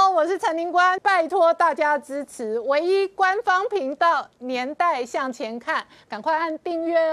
好，我是陈宁官，拜托大家支持唯一官方频道《年代向前看》，赶快按订阅哦。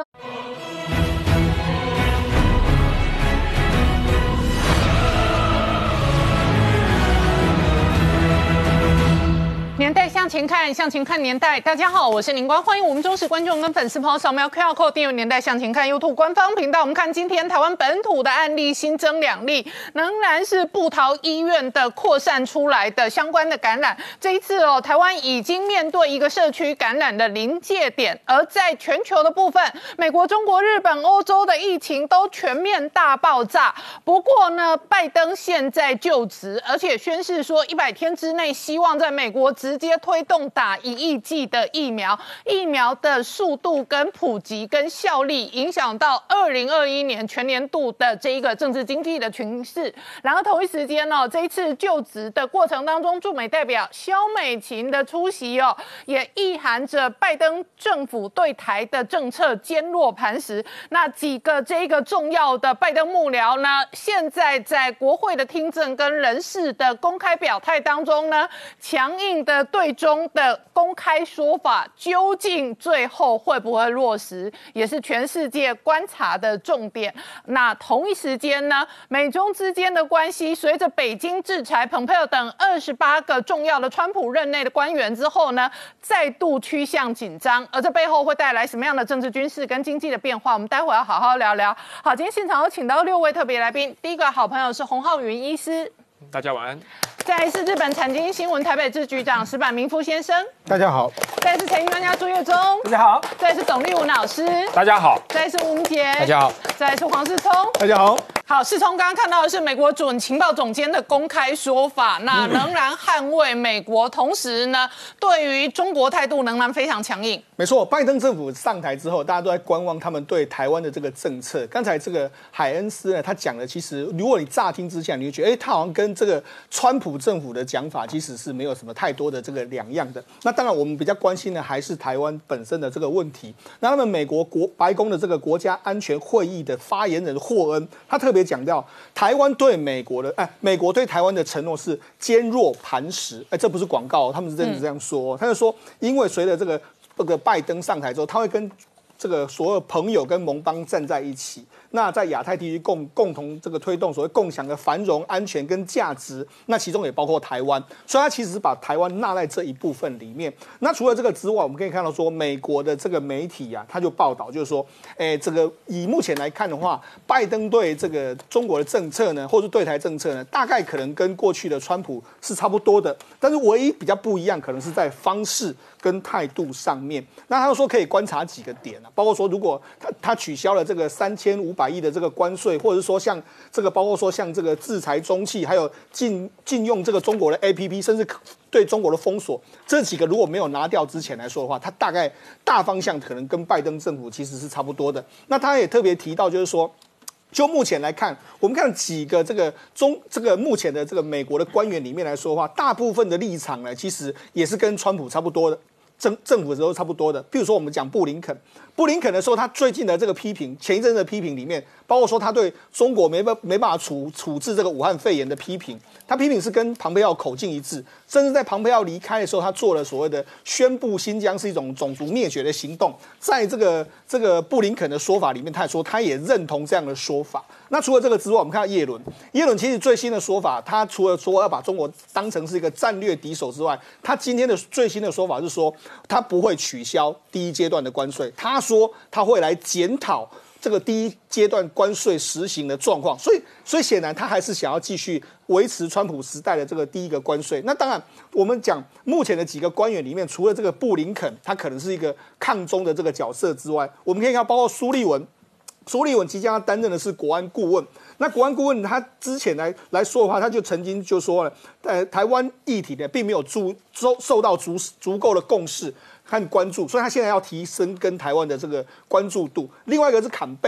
年代向前看，向前看年代。大家好，我是宁官，欢迎我们忠实观众跟粉丝朋友扫描 QR Code 订阅《年代向前看》YouTube 官方频道。我们看今天台湾本土的案例新增2例，仍然是部桃医院的扩散出来的相关的感染。这一次台湾已经面对一个社区感染的临界点，而在全球的部分，美国、中国、日本、欧洲的疫情都全面大爆炸。不过呢，拜登现在就职，而且宣示说100天之内希望在美国直接推动打1亿剂的疫苗，疫苗的速度跟普及跟效力，影响到2021年全年度的这一个政治经济的群势。然而同一时间这一次就职的过程当中，驻美代表萧美琴的出席也意含着拜登政府对台的政策坚若磐石。那几个这个重要的拜登幕僚呢，现在在国会的听证跟人事的公开表态当中呢，强硬的对中的公开说法究竟最后会不会落实，也是全世界观察的重点。那同一时间呢，美中之间的关系随着北京制裁蓬佩奥等28个重要的川普任内的官员之后呢，再度趋向紧张。而这背后会带来什么样的政治、军事跟经济的变化？我们待会要好好聊聊。好，今天现场有请到6位特别来宾，第一个好朋友是洪浩云医师， 大家晚安。 再来是日本产经新闻台北支局长石坂明夫先生， 大家好。 再来是财经专家朱月忠， 大家好。 再来是董立文老师， 大家好。 再来是吴杰， 大家好。 再来是黄世聪， 大家好。 好，世聪刚刚看到的是美国准情报总监的公开说法，那仍然捍卫美国，同时呢，对于中国态度仍然非常强硬。 没错，拜登政府上台之后，大家都在观望他们对台湾的这个政策。刚才这个海恩斯呢，他讲的其实，如果你乍听之下，你会觉得，他好像跟这个川普政府的讲法其实是没有什么太多的这个两样的。那当然，我们比较关心的还是台湾本身的这个问题。那他们美国白宫的这个国家安全会议的发言人霍恩，他特别强调，台湾对美国对台湾的承诺是坚若磐石。这不是广告，他们是真的这样说。他就说，因为随着这个拜登上台之后，他会跟这个所有朋友跟盟邦站在一起。那在亚太地区共同这个推动所谓共享的繁荣、安全跟价值，那其中也包括台湾，所以他其实是把台湾纳在这一部分里面。那除了这个之外，我们可以看到说，美国的这个媒体啊，他就报道就是说，这个以目前来看的话，拜登对这个中国的政策呢，或是对台政策呢，大概可能跟过去的川普是差不多的，但是唯一比较不一样，可能是在方式跟态度上面。那他说可以观察几个点啊，包括说如果他取消了这个3500亿的这个关税，或者是说像这个包括说像这个制裁中企，还有禁用这个中国的 APP， 甚至对中国的封锁，这几个如果没有拿掉之前来说的话，他大概大方向可能跟拜登政府其实是差不多的。那他也特别提到就是说，就目前来看，我们看几个这个目前的这个美国的官员里面来说的话，大部分的立场呢，其实也是跟川普差不多的。政府的时候差不多的，譬如说我们讲布林肯的时候，他最近的这个批评，前一阵的批评里面，包括说他对中国没办法处置这个武汉肺炎的批评，他批评是跟庞佩奥口径一致，甚至在庞佩奥离开的时候，他做了所谓的宣布新疆是一种种族灭绝的行动，在这个布林肯的说法里面，他也说他也认同这样的说法。那除了这个之外，我们看到耶伦其实最新的说法，他除了说要把中国当成是一个战略敌手之外，他今天的最新的说法是说，他不会取消第一阶段的关税，他说他会来检讨这个第一阶段关税实行的状况，所以显然他还是想要继续维持川普时代的这个第一个关税。那当然，我们讲目前的几个官员里面，除了这个布林肯，他可能是一个抗中的这个角色之外，我们可以看到包括苏利文即将要担任的是国安顾问。那国安顾问他之前来说的话，他就曾经就说了，台湾议题呢并没有受到足够的共识和关注，所以他现在要提升跟台湾的这个关注度。另外一个是坎贝尔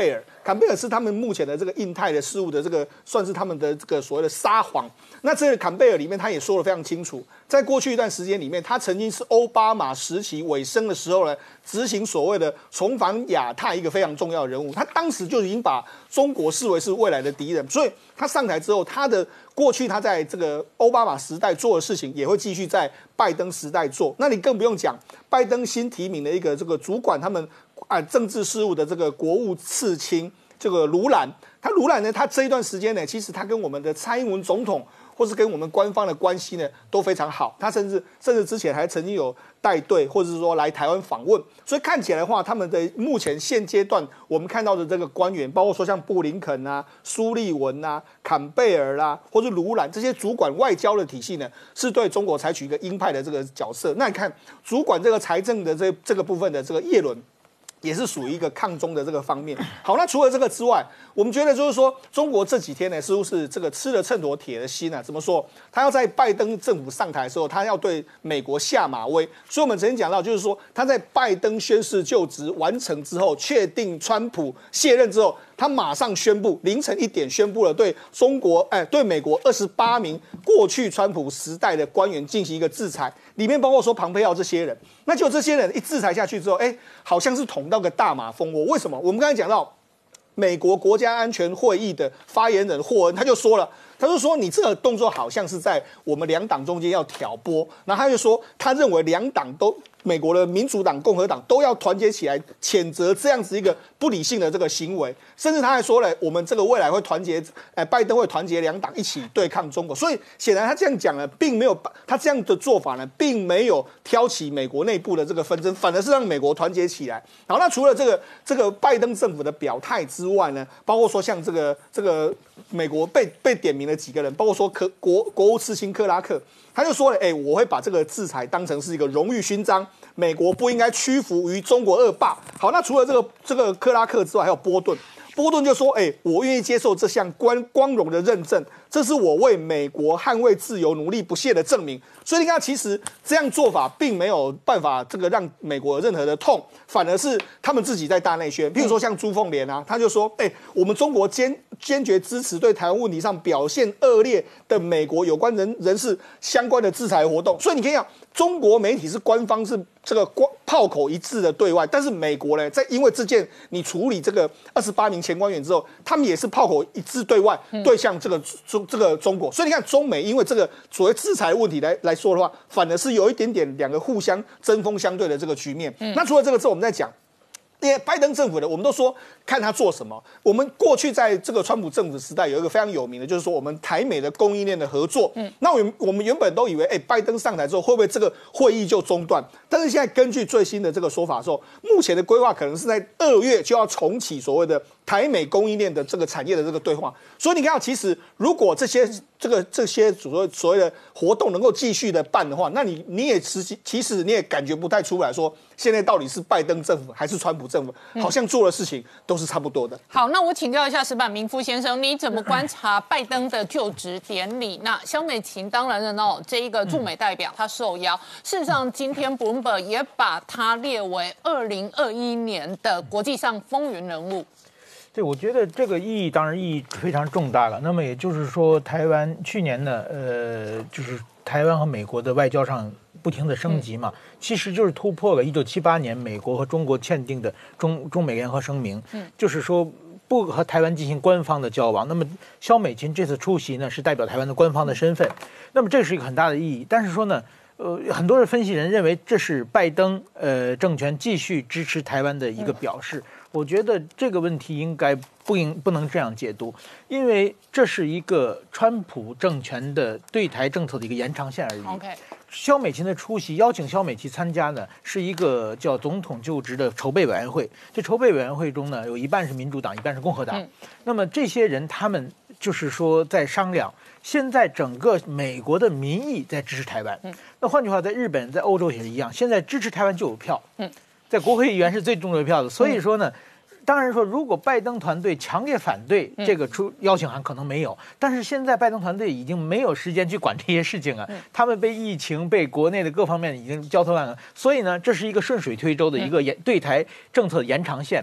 坎贝尔是他们目前的这个印太的事务的这个算是他们的这个所谓的沙皇。那这个坎贝尔里面他也说得非常清楚，在过去一段时间里面，他曾经是奥巴马时期尾声的时候呢，执行所谓的重返亚太一个非常重要的人物。他当时就已经把中国视为是未来的敌人，所以他上台之后，他的过去他在这个奥巴马时代做的事情，也会继续在拜登时代做。那你更不用讲，拜登新提名的一个这个主管他们政治事务的这个国务次卿这个卢兰，卢兰呢，他这一段时间呢，其实他跟我们的蔡英文总统，或是跟我们官方的关系呢都非常好，他甚至之前还曾经有带队，或者是说来台湾访问，所以看起来的话，他们的目前现阶段我们看到的这个官员，包括说像布林肯啊、苏利文啊、坎贝尔啦，或是卢兰这些主管外交的体系呢，是对中国采取一个鹰派的这个角色。那你看主管这个财政的这个部分的这个叶伦，也是属于一个抗中的这个方面。好，那除了这个之外，我们觉得就是说，中国这几天呢，似乎是这个吃了秤砣铁的心啊。怎么说？他要在拜登政府上台的时候，他要对美国下马威。所以我们曾经讲到，就是说他在拜登宣誓就职完成之后，确定川普卸任之后，他马上宣布，凌晨1点宣布了对对美国28名过去川普时代的官员进行一个制裁，里面包括说庞佩奥这些人。那就这些人一制裁下去之后，好像是捅到个大马蜂窝。为什么？我们刚才讲到美国国家安全会议的发言人霍恩，他就说你这个动作好像是在我们两党中间要挑拨，然后他就说他认为两党都美国的民主党、共和党都要团结起来谴责这样子一个不理性的这个行为，甚至他还说了，我们这个未来会团结，拜登会团结两党一起对抗中国。所以显然他这样讲呢，并没有他这样的做法呢，并没有挑起美国内部的这个纷争，反而是让美国团结起来。好，那除了这个拜登政府的表态之外呢，包括说像这个美国被点名了几个人，包括说国务次卿克拉克。他就说了，我会把这个制裁当成是一个荣誉勋章，美国不应该屈服于中国恶霸。好，那除了这个克拉克之外，还有波顿。波顿就说，我愿意接受这项光荣的认证，这是我为美国捍卫自由努力不懈的证明。所以你看，其实这样做法并没有办法这个让美国有任何的痛，反而是他们自己在大内宣。譬如说像朱凤莲啊，他就说，我们中国坚决支持对台湾问题上表现恶劣的美国有关人士相关的制裁活动。所以你可以讲，中国媒体是官方是这个炮口一致的对外，但是美国呢，在因为这件你处理这个28名前官员之后，他们也是炮口一致对外，对向这个中国。所以你看，中美因为这个所谓制裁问题来说的话，反而是有一点点两个互相针锋相对的这个局面。那除了这个之后，我们再讲。因为拜登政府的，我们都说看他做什么。我们过去在这个川普政府时代有一个非常有名的，就是说我们台美的供应链的合作。那我们原本都以为，拜登上台之后会不会这个会议就中断？但是现在根据最新的这个说法之后，目前的规划可能是在2月就要重启所谓的台美供应链的这个产业的这个对话。所以你看，其实如果这些所谓的活动能够继续的办的话，那你也其实你也感觉不太出来说现在到底是拜登政府还是川普政府，好像做的事情都是差不多的。 好，那我请教一下石板明夫先生，你怎么观察拜登的就职典礼？那萧美琴当然了这一个驻美代表他受邀，事实上今天 Bloomberg 也把他列为2021年的国际上风云人物。 对，我觉得这个意义非常重大了。那么也就是说，台湾去年呢，就是台湾和美国的外交上不停的升级嘛，其实就是突破了1978年美国和中国签订的中美联合声明，就是说不和台湾进行官方的交往。那么萧美琴这次出席呢，是代表台湾的官方的身份，那么这是一个很大的意义。但是说呢，很多的分析人认为这是拜登政权继续支持台湾的一个表示。我觉得这个问题应该不能这样解读，因为这是一个川普政权的对台政策的一个延长线而已。萧美琴的出席，邀请萧美琴参加呢，是一个叫总统就职的筹备委员会。这筹备委员会中呢，有一半是民主党，一半是共和党。那么这些人他们就是说在商量，现在整个美国的民意在支持台湾。那换句话，在日本、在欧洲也是一样，现在支持台湾就有票。在国会议员是最重要的票的，所以说呢，当然说如果拜登团队强烈反对这个邀请函，可能没有，但是现在拜登团队已经没有时间去管这些事情了，他们被疫情、被国内的各方面已经焦头烂额，所以呢，这是一个顺水推舟的一个对台政策的延长线。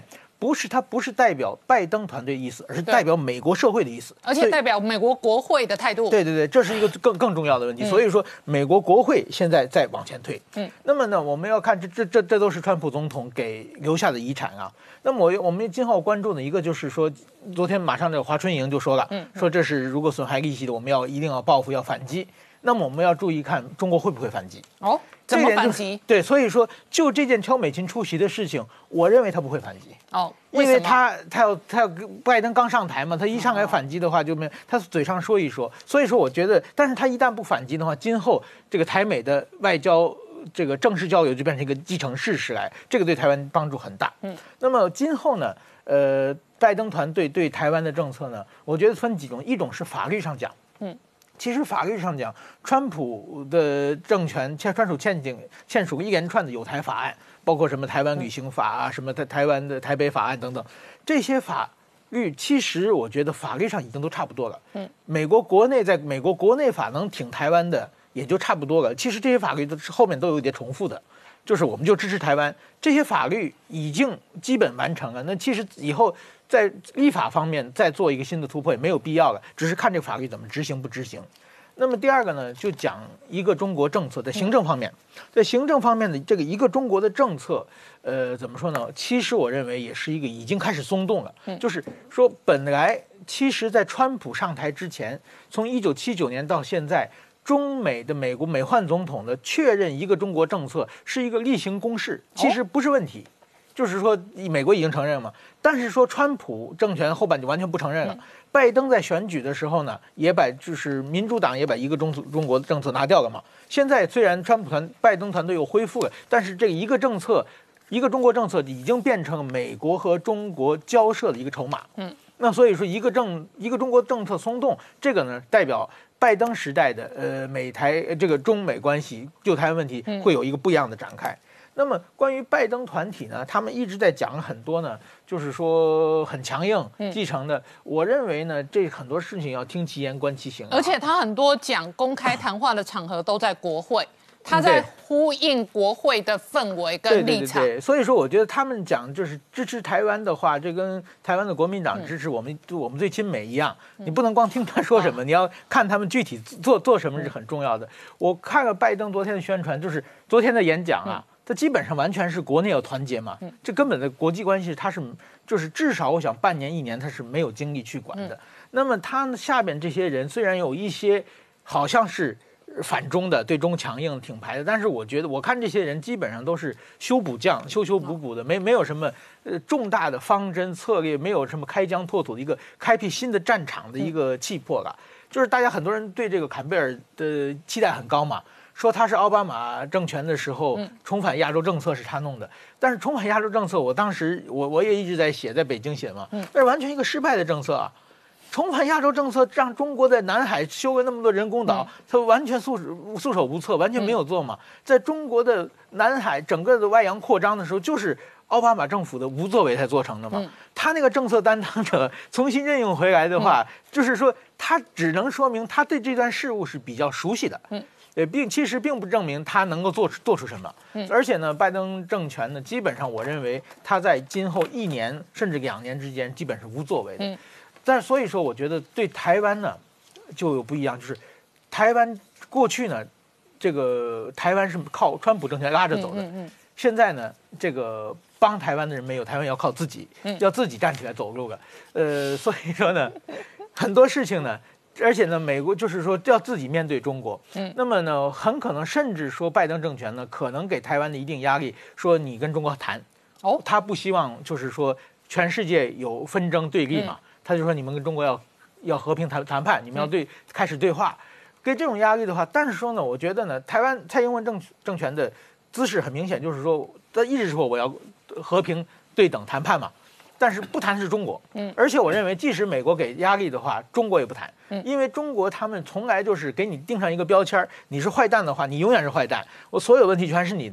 它不是代表拜登团队的意思，而是代表美国社会的意思， 而且代表美国国会的态度。 对对对，这是一个更重要的问题。所以说，美国国会现在在往前推。那么呢，我们要看这都是川普总统给留下的遗产啊。那么我们今后关注的一个就是说，昨天马上这个华春莹就说了，说这是如果损害利息的，我们一定要报复，要反击。那么我们要注意看中国会不会反击。 怎么反击？ 对，所以说就这件挑美琴出席的事情，我认为他不会反击。因为他要拜登刚上台嘛，他一上来反击的话就没有，他嘴上说一说。所以说我觉得，但是他一旦不反击的话，今后这个台美的外交这个正式交流就变成一个既成事实来，这个对台湾帮助很大。那么今后呢，拜登团队对台湾的政策呢，我觉得分几种，一种是法律上讲，其实法律上讲，川普的政权川普签署一连串的有台法案，包括什么台湾旅行法啊，什么台湾的台北法案等等，这些法律其实我觉得法律上已经都差不多了。美国国内在美国国内法能挺台湾的也就差不多了。其实这些法律都后面都有一点重复的，就是我们就支持台湾，这些法律已经基本完成了。那其实以后在立法方面再做一个新的突破也没有必要了，只是看这个法律怎么执行不执行。那么第二个呢，就讲一个中国政策在行政方面，在行政方面的这个一个中国的政策，怎么说呢？其实我认为也是一个已经开始松动了。就是说，本来其实，在川普上台之前，从1979年到现在，中美的美国美换总统的确认一个中国政策是一个例行公事，其实不是问题。就是说，美国已经承认嘛，但是说川普政权后半就完全不承认了。拜登在选举的时候呢，就是民主党也把一个中国的政策拿掉了嘛。现在虽然拜登团队又恢复了，但是这一个中国政策已经变成美国和中国交涉的一个筹码。那所以说一个中国政策松动，这个呢代表拜登时代的美台这个中美关系就台湾问题会有一个不一样的展开。那么关于拜登团体呢，他们一直在讲很多呢，就是说很强硬继承的。我认为呢，这很多事情要听其言观其行。 而且他很多讲公开谈话的场合都在国会，他在呼应国会的氛围跟立场。 对，所以说我觉得他们讲就是支持台湾的话，这跟台湾的国民党支持我们最亲美一样。你不能光听他说什么，你要看他们具体做什么是很重要的。我看了拜登昨天的宣传，就是昨天的演讲啊。它基本上完全是国内要团结嘛，这根本的国际关系，它就是至少我想半年1年它是没有精力去管的。那么他下边这些人虽然有一些好像是反中的，对中强硬挺排的，但是我觉得我看这些人基本上都是修补匠，修补补的，没有什么重大的方针策略，没有什么开疆拓土的一个开辟新的战场的一个气魄了。就是大家很多人对这个坎贝尔的期待很高嘛。说他是奥巴马政权的时候重返亚洲政策是他弄的，但是重返亚洲政策，我当时我也一直在写，在北京写嘛，那是完全一个失败的政策啊！重返亚洲政策让中国在南海修了那么多人工岛，他完全束手无策，完全没有做嘛。在中国的南海整个的外洋扩张的时候，就是奥巴马政府的无作为才做成的嘛。他那个政策担当者重新任用回来的话，就是说他只能说明他对这段事务是比较熟悉的。其实并不证明他能够做出什么，而且呢，拜登政权呢，基本上我认为他在今后1年甚至2年之间，基本是无作为的。但是所以说，我觉得对台湾呢，就有不一样，就是台湾过去呢，这个台湾是靠川普政权拉着走的，现在呢，这个帮台湾的人没有，台湾要靠自己，要自己站起来走路了。所以说呢，很多事情呢。而且呢，美国就是说要自己面对中国，那么呢，很可能甚至说拜登政权呢，可能给台湾的一定压力，说你跟中国谈，他不希望就是说全世界有纷争对立嘛，他就说你们跟中国要和平谈判，你们要开始对话，给这种压力的话，但是说呢，我觉得呢，台湾蔡英文政权的姿势很明显，就是说他一直说我要和平对等谈判嘛。但是不谈是中国，而且我认为，即使美国给压力的话，中国也不谈，因为中国他们从来就是给你钉上一个标签，你是坏蛋的话，你永远是坏蛋，我所有问题全是你的。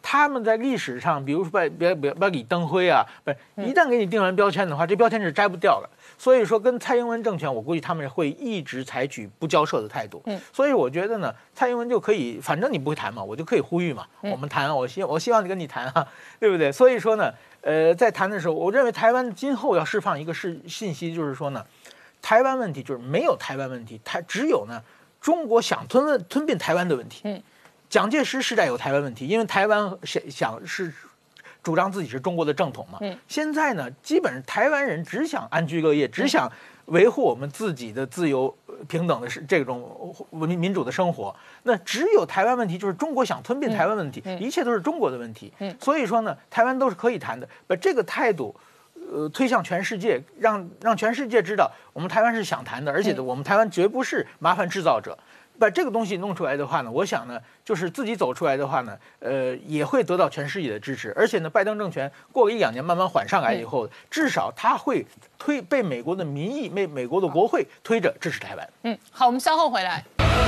他们在历史上，比如说把李登辉啊，不是一旦给你定完标签的话，这标签是摘不掉了。所以说，跟蔡英文政权，我估计他们会一直采取不交涉的态度。所以我觉得呢，蔡英文就可以，反正你不会谈嘛，我就可以呼吁嘛，我们谈啊，我希望你跟你谈啊，对不对？所以说呢，在谈的时候，我认为台湾今后要释放一个信息，就是说呢，台湾问题就是没有台湾问题，只有呢中国想吞并台湾的问题。蒋介石时代有台湾问题，因为台湾想是主张自己是中国的正统嘛。现在呢，基本上台湾人只想安居乐业，只想维护我们自己的自由平等的这种民主的生活。那只有台湾问题，就是中国想吞并台湾问题，一切都是中国的问题。所以说呢，台湾都是可以谈的，把这个态度推向全世界，让全世界知道我们台湾是想谈的，而且我们台湾绝不是麻烦制造者。把这个东西弄出来的话呢，我想呢，就是自己走出来的话呢，也会得到全世界的支持。而且呢，拜登政权过个1-2年慢慢缓上来以后，至少他会被美国的民意、美国的国会推着支持台湾。 好，我们稍后回来。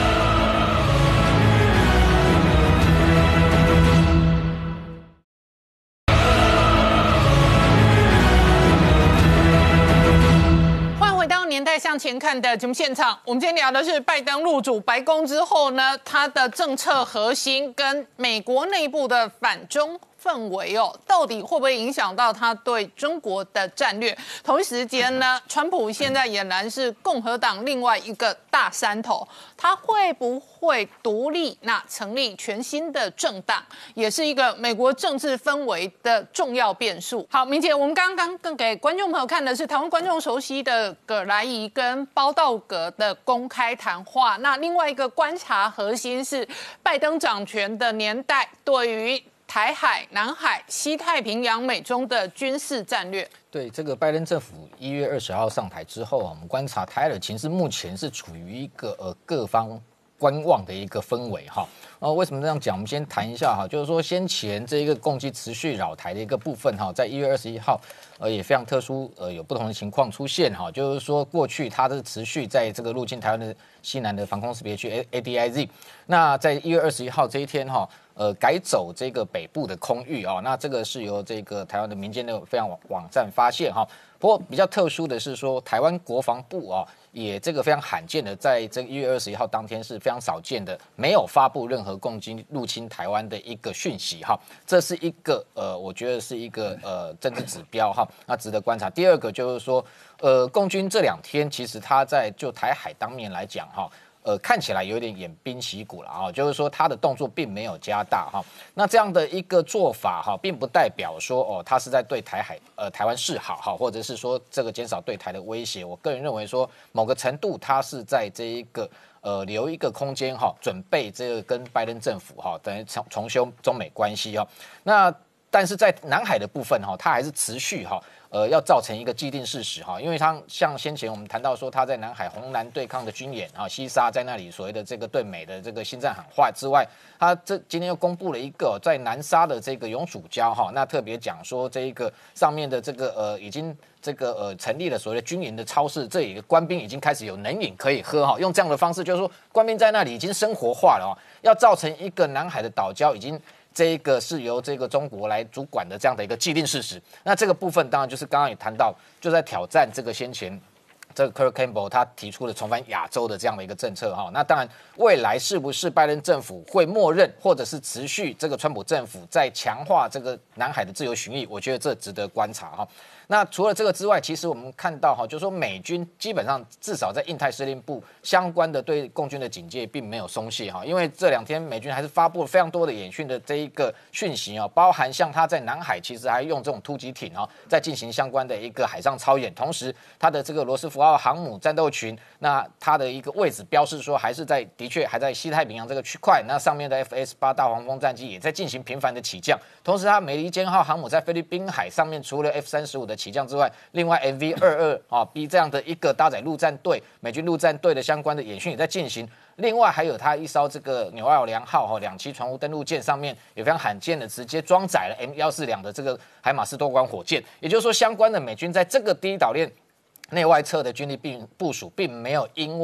年代向前看的节目现场，我们今天聊的是拜登入主白宫之后呢，他的政策核心跟美国内部的反中氛围到底会不会影响到他对中国的战略？同一时间呢，川普现在俨然是共和党另外一个大山头，他会不会独立成立全新的政党，也是一个美国政治氛围的重要变数。好，明姐，我们刚刚更给观众朋友看的是台湾观众熟悉的葛莱仪跟包道格的公开谈话，那另外一个观察核心是拜登掌权的年代对于台海、南海、西太平洋、美中的军事战略。 对，这个拜登政府1月20号上台之后我们观察台海的情势，目前是处于一个各方观望的一个氛围哈。为什么这样讲？我们先谈一下哈，就是说先前这一个共机持续扰台的一个部分哈，在1月21号也非常特殊，有不同的情况出现哈，就是说过去它是持续在这个入侵台湾的西南的防空识别区 ADIZ， 那在1月21号这一天哈。改走这个北部的空域那这个是由这个台湾的民间的非常网站发现哈。不过比较特殊的是说，台湾国防部也这个非常罕见的，在这个1月21号当天是非常少见的，没有发布任何共机入侵台湾的一个讯息哈。这是一个我觉得是一个政治指标哈，那值得观察。第二个就是说，共军这2天其实它在就台海当面来讲哈。看起来有点偃兵息鼓了就是说他的动作并没有加大那这样的一个做法并不代表说他是在对台湾示好或者是说这个减少对台的威胁。我个人认为说某个程度他是在这一个留一个空间准备这个跟拜登政府等于重修中美关系那但是在南海的部分它还是持续要造成一个既定事实因为它像先前我们谈到说他在南海红蓝对抗的军演西沙在那里所谓的这个对美的这个心战喊话之外，他今天又公布了一个在南沙的这个永暑礁那特别讲说这一个上面的这个已经这个成立了所谓的军营的超市，这里的官兵已经开始有冷饮可以喝用这样的方式就是说官兵在那里已经生活化了要造成一个南海的岛礁已经。这个是由这个中国来主管的这样的一个既定事实，那这个部分当然就是刚刚也谈到，就在挑战这个先前这个 Kurt Campbell 他提出的重返亚洲的这样的一个政策那当然未来是不是拜登政府会默认或者是持续这个川普政府在强化这个南海的自由巡弋，我觉得这值得观察那除了这个之外，其实我们看到就是说美军基本上至少在印太司令部相关的对共军的警戒并没有松懈因为这2天美军还是发布了非常多的演训的这一个讯息包含像他在南海其实还用这种突击艇在进行相关的一个海上操演，同时他的这个罗斯福号航母战斗群，那它的一个位置标示说还是的确还在西太平洋这个区块，那上面的 F-18大黄蜂战机也在进行频繁的起降，同时它美利坚号航母在菲律宾海上面除了 F-35的起降之外，另外 MV-22B 这样的一个搭载陆战队美军陆战队的相关的演训也在进行，另外还有它一艘这个纽奥良号2栖船坞登陆舰上面也非常罕见的直接装载了 M142的这个海马斯多管火箭，也就是说相关的美军在这个第一岛链内外侧的军力部署并没有因为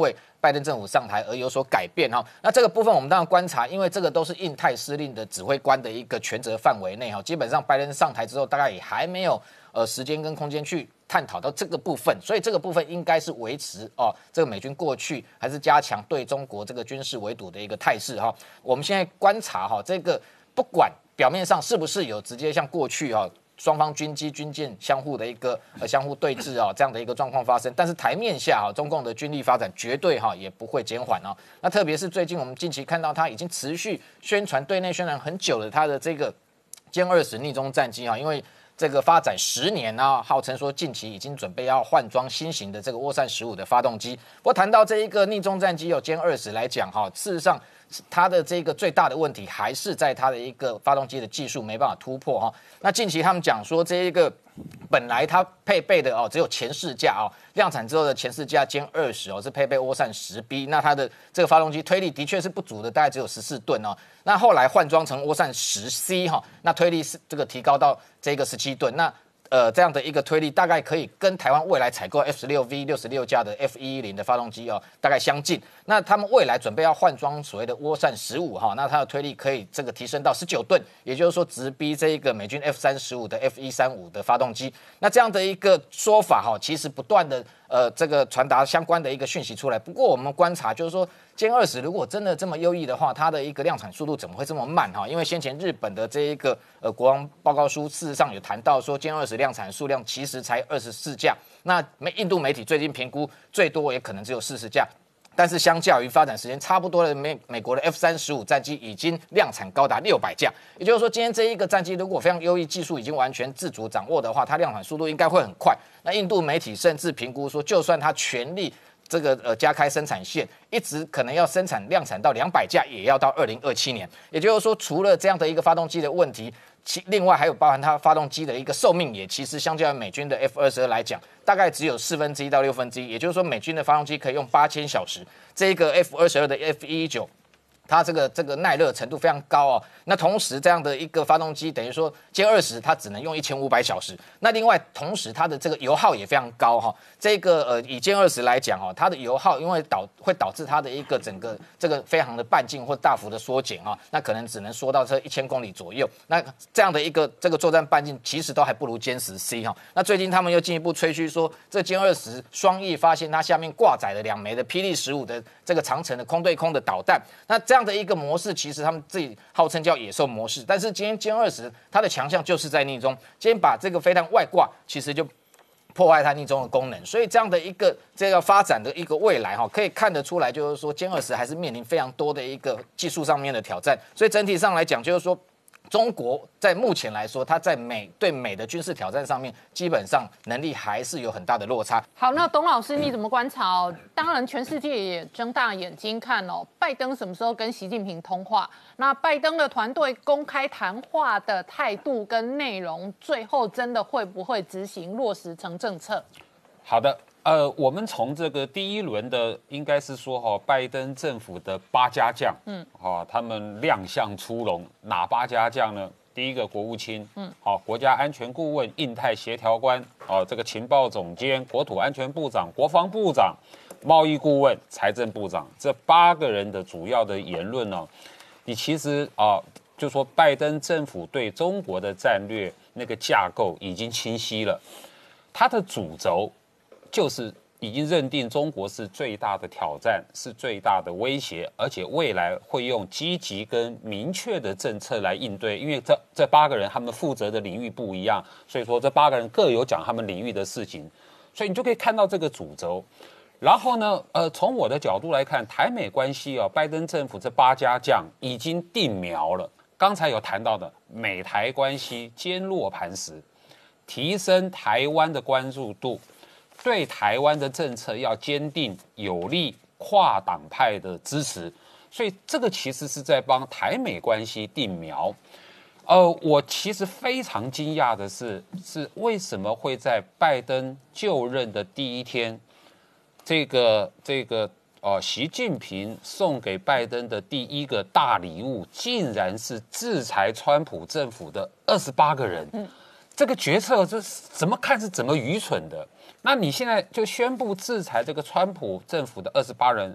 拜登政府上台而有所改变哈。那这个部分我们当然观察，因为这个都是印太司令的指挥官的一个权责范围内哈。基本上拜登上台之后，大概也还没有时间跟空间去探讨到这个部分，所以这个部分应该是维持这个美军过去还是加强对中国这个军事围堵的一个态势哈。我们现在观察哈，这个不管表面上是不是有直接像过去双方军机军舰相互的一个相互对峙这样的一个状况发生，但是台面下中共的军力发展绝对也不会减缓那特别是最近我们近期看到他已经持续宣传对内宣传很久的他的这个歼20逆中战机因为这个发展10年号称说近期已经准备要换装新型的这个涡扇15的发动机。不过谈到这一个逆中战机歼20来讲事实上它的这个最大的问题还是在它的一个发动机的技术没办法突破那近期他们讲说这一个本来它配备的只有前4架量产之后的前4架歼20是配备涡扇10B， 那它的这个发动机推力的确是不足的，大概只有14吨那后来换装成涡扇10C 那推力是这个提高到这个17吨，那这样的一个推力大概可以跟台湾未来采购 F16V 66架的 F110的发动机大概相近。那他们未来准备要换装所谓的涡扇15那它的推力可以这个提升到19吨，也就是说直逼这一个美军 F35的 F135的发动机。那这样的一个说法其实不断的这个传达相关的一个讯息出来。不过我们观察就是说歼20如果真的这么优异的话，它的一个量产速度怎么会这么慢因为先前日本的这一个国防报告书事实上有谈到说歼20量产数量其实才24架，那印度媒体最近评估最多也可能只有40架。但是相较于发展时间差不多的美国的 F35战机已经量产高达600架，也就是说今天这一个战机如果非常优异，技术已经完全自主掌握的话，它量产速度应该会很快。那印度媒体甚至评估说，就算它全力这个加开生产线，一直可能要量产到200架，也要到2027年。也就是说，除了这样的一个发动机的问题，另外还有包含它发动机的一个寿命，也其实相较于美军的 F22来讲，大概只有1/4到1/6。也就是说，美军的发动机可以用8000小时，这个 F22的 F119。它这个耐热程度非常高那同时这样的一个发动机，等于说歼20它只能用1500小时。那另外同时它的这个油耗也非常高这个以歼20来讲它的油耗因为会导致它的一个整个这个飞航的半径或大幅的缩减那可能只能缩到这1000公里左右。那这样的一个这个作战半径其实都还不如歼10C那最近他们又进一步吹嘘说，这歼20双翼发现它下面挂载了2枚的霹雳15的这个长程的空对空的导弹。那这样的一个模式，其实他们自己号称叫野兽模式，但是今天歼20它的强项就是在逆中，今天把这个飞弹外挂，其实就破坏它逆中的功能，所以这样的一个这个发展的一个未来可以看得出来，就是说歼20还是面临非常多的一个技术上面的挑战，所以整体上来讲，就是说。中国在目前来说，它在对美的军事挑战上面，基本上能力还是有很大的落差。 好，那董老师你怎么观察当然，全世界也睁大眼睛看拜登什么时候跟习近平通话？那拜登的团队公开谈话的态度跟内容，最后真的会不会执行落实成政策？ 好的。我们从这个第一轮的，应该是说拜登政府的8家将，他们亮相出笼，哪8家将呢？第一个国务卿，国家安全顾问、印太协调官，这个情报总监、国土安全部长、国防部长、贸易顾问、财政部长，这8个人的主要的言论你其实就说拜登政府对中国的战略那个架构已经清晰了，它的主轴。就是已经认定中国是最大的挑战，是最大的威胁，而且未来会用积极跟明确的政策来应对。因为这8个人他们负责的领域不一样，所以说这8个人各有讲他们领域的事情，所以你就可以看到这个主轴。然后呢，从我的角度来看，台美关系拜登政府这8家将已经定苗了。刚才有谈到的美台关系坚若磐石，提升台湾的关注度。对台湾的政策要坚定有力跨党派的支持，所以这个其实是在帮台美关系定苗。我其实非常惊讶的是为什么会在拜登就任的第一天，习近平送给拜登的第一个大礼物，竟然是制裁川普政府的28个人。这个决策这怎么看是怎么愚蠢的？那你现在就宣布制裁这个川普政府的28人，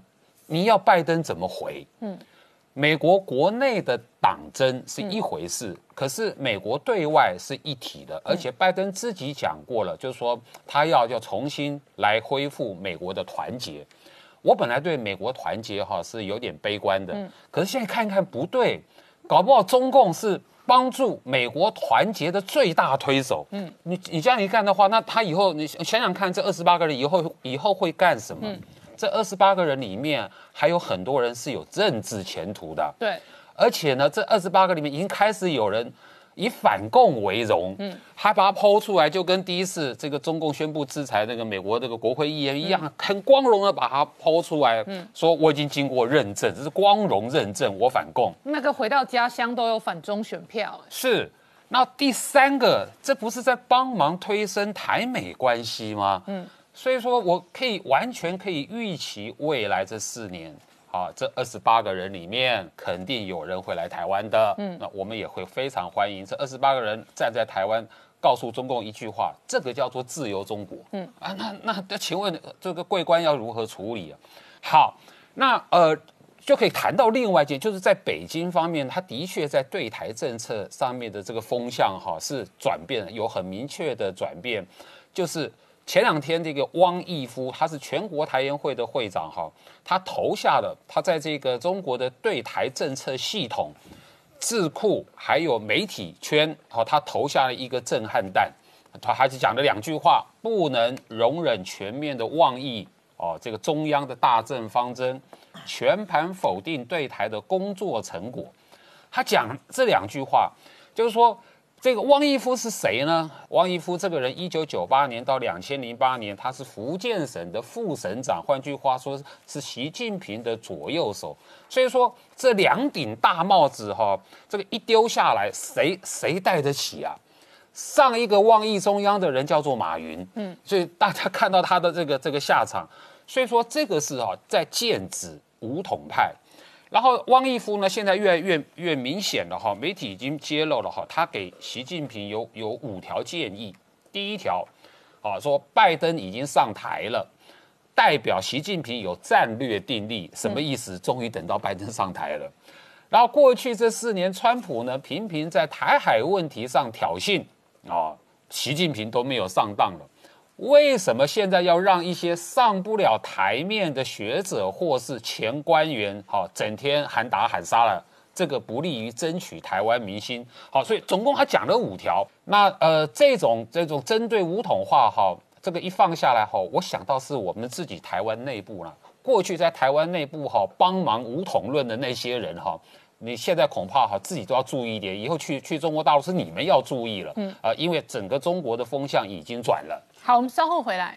你要拜登怎么回？美国国内的党争是一回事，可是美国对外是一体的，而且拜登自己讲过了，就是说他要重新来恢复美国的团结。我本来对美国团结是有点悲观的，可是现在看看不对，搞不好中共是帮助美国团结的最大推手。你这样一干的话，那他以后你想想看，这28个人以后会干什么？这28个人里面还有很多人是有政治前途的， 对， 而且呢，这28个里面已经开始有人以反共为荣，还把它抛出来，就跟第一次这个中共宣布制裁那个美国这个国会议员一样，很光荣的把它抛出来，说我已经经过认证，这是光荣认证，我反共。 那个回到家乡都有反中选票， 是。那第3个，这不是在帮忙推升台美关系吗？所以说，我完全可以预期未来这4年，这28个人里面肯定有人会来台湾的。那我们也会非常欢迎这28个人站在台湾，告诉中共一句话：这个叫做自由中国。那请问这个桂冠要如何处理啊？好，那就可以谈到另外一件，就是在北京方面，他的确在对台政策上面的这个风向是转变，有很明确的转变，就是前2天这个汪毅夫，他是全国台研会的会长他投下了他在这个中国的对台政策系统、智库还有媒体圈他投下了一个震撼弹，他还是讲了2句话：不能容忍全面的妄议这个中央的大政方针，全盘否定对台的工作成果。他讲这2句话，就是说这个汪毅夫是谁呢？汪毅夫这个人，1998年到2008年，他是福建省的副省长，换句话说是习近平的左右手。所以说这2顶大帽子这个一丢下来，谁戴得起啊？上一个妄议中央的人叫做马云，所以大家看到他的这个下场。所以说这个是在剑指武统派。然后汪毅夫呢，现在越来越明显了媒体已经揭露了他给习近平有5条建议。第1条说拜登已经上台了，代表习近平有战略定力，什么意思？终于等到拜登上台了。然后过去这4年，川普呢频频在台海问题上挑衅习近平都没有上当了。为什么现在要让一些上不了台面的学者或是前官员整天喊打喊杀了？这个不利于争取台湾民心。所以总共他讲了5条。那这种针对武统化这个一放下来我想到是我们自己台湾内部了。过去在台湾内部帮忙武统论的那些人你现在恐怕自己都要注意一点，以后去中国大陆是你们要注意了。因为整个中国的风向已经转了。 好，我们稍后回来。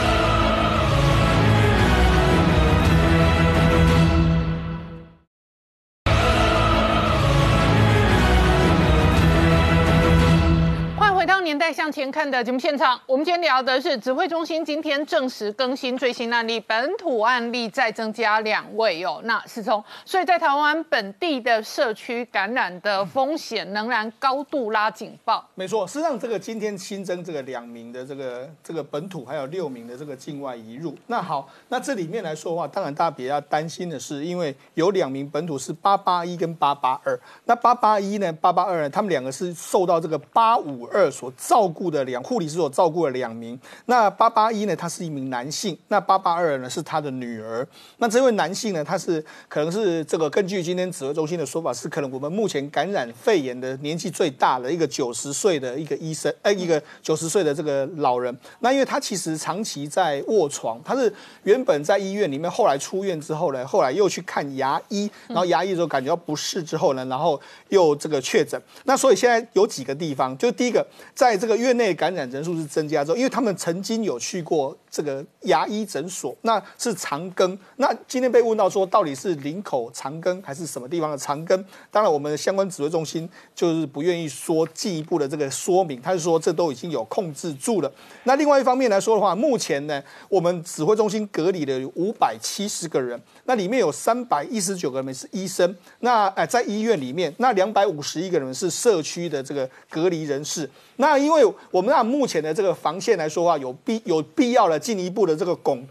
回到年代向前看的节目现场，我们今天聊的是指挥中心今天证实更新最新案例，本土案例再增加2位那世聪，所以在台湾本地的社区感染的风险仍然高度拉警报。 没错，事实上这个今天新增这个2名的这个本土，还有6名的这个境外移入。那好，那这里面来说的话，当然大家比较担心的是，因为有2名本土是881跟882，那881呢、882呢，他们2个是受到这个852所照顾的护理师所照顾的2名。那881呢，他是一名男性，那882呢是他的女儿。那这位男性呢，他是可能是这个根据今天指挥中心的说法，是可能我们目前感染肺炎的年纪最大的一个90岁的一个医生，一个90岁的这个老人。那因为他其实长期在卧床，他是原本在医院里面，后来出院之后呢，后来又去看牙医，然后牙医的时候感觉到不适之后呢，然后又这个确诊。那所以现在有几个地方，就第一个，在这个院内感染人数是增加之后，因为他们曾经有去过这个牙医诊所，那是长庚。那今天被问到说，到底是林口长庚还是什么地方的长庚？当然，我们相关指挥中心就是不愿意说进一步的这个说明，他是说这都已经有控制住了。那另外一方面来说的话，目前呢，我们指挥中心隔离了570个人，那里面有319个人是医生，那在医院里面，那251个人是社区的这个隔离人士。那因为我们按目前的这个防线来说的话，有必要的进一步的这个巩固，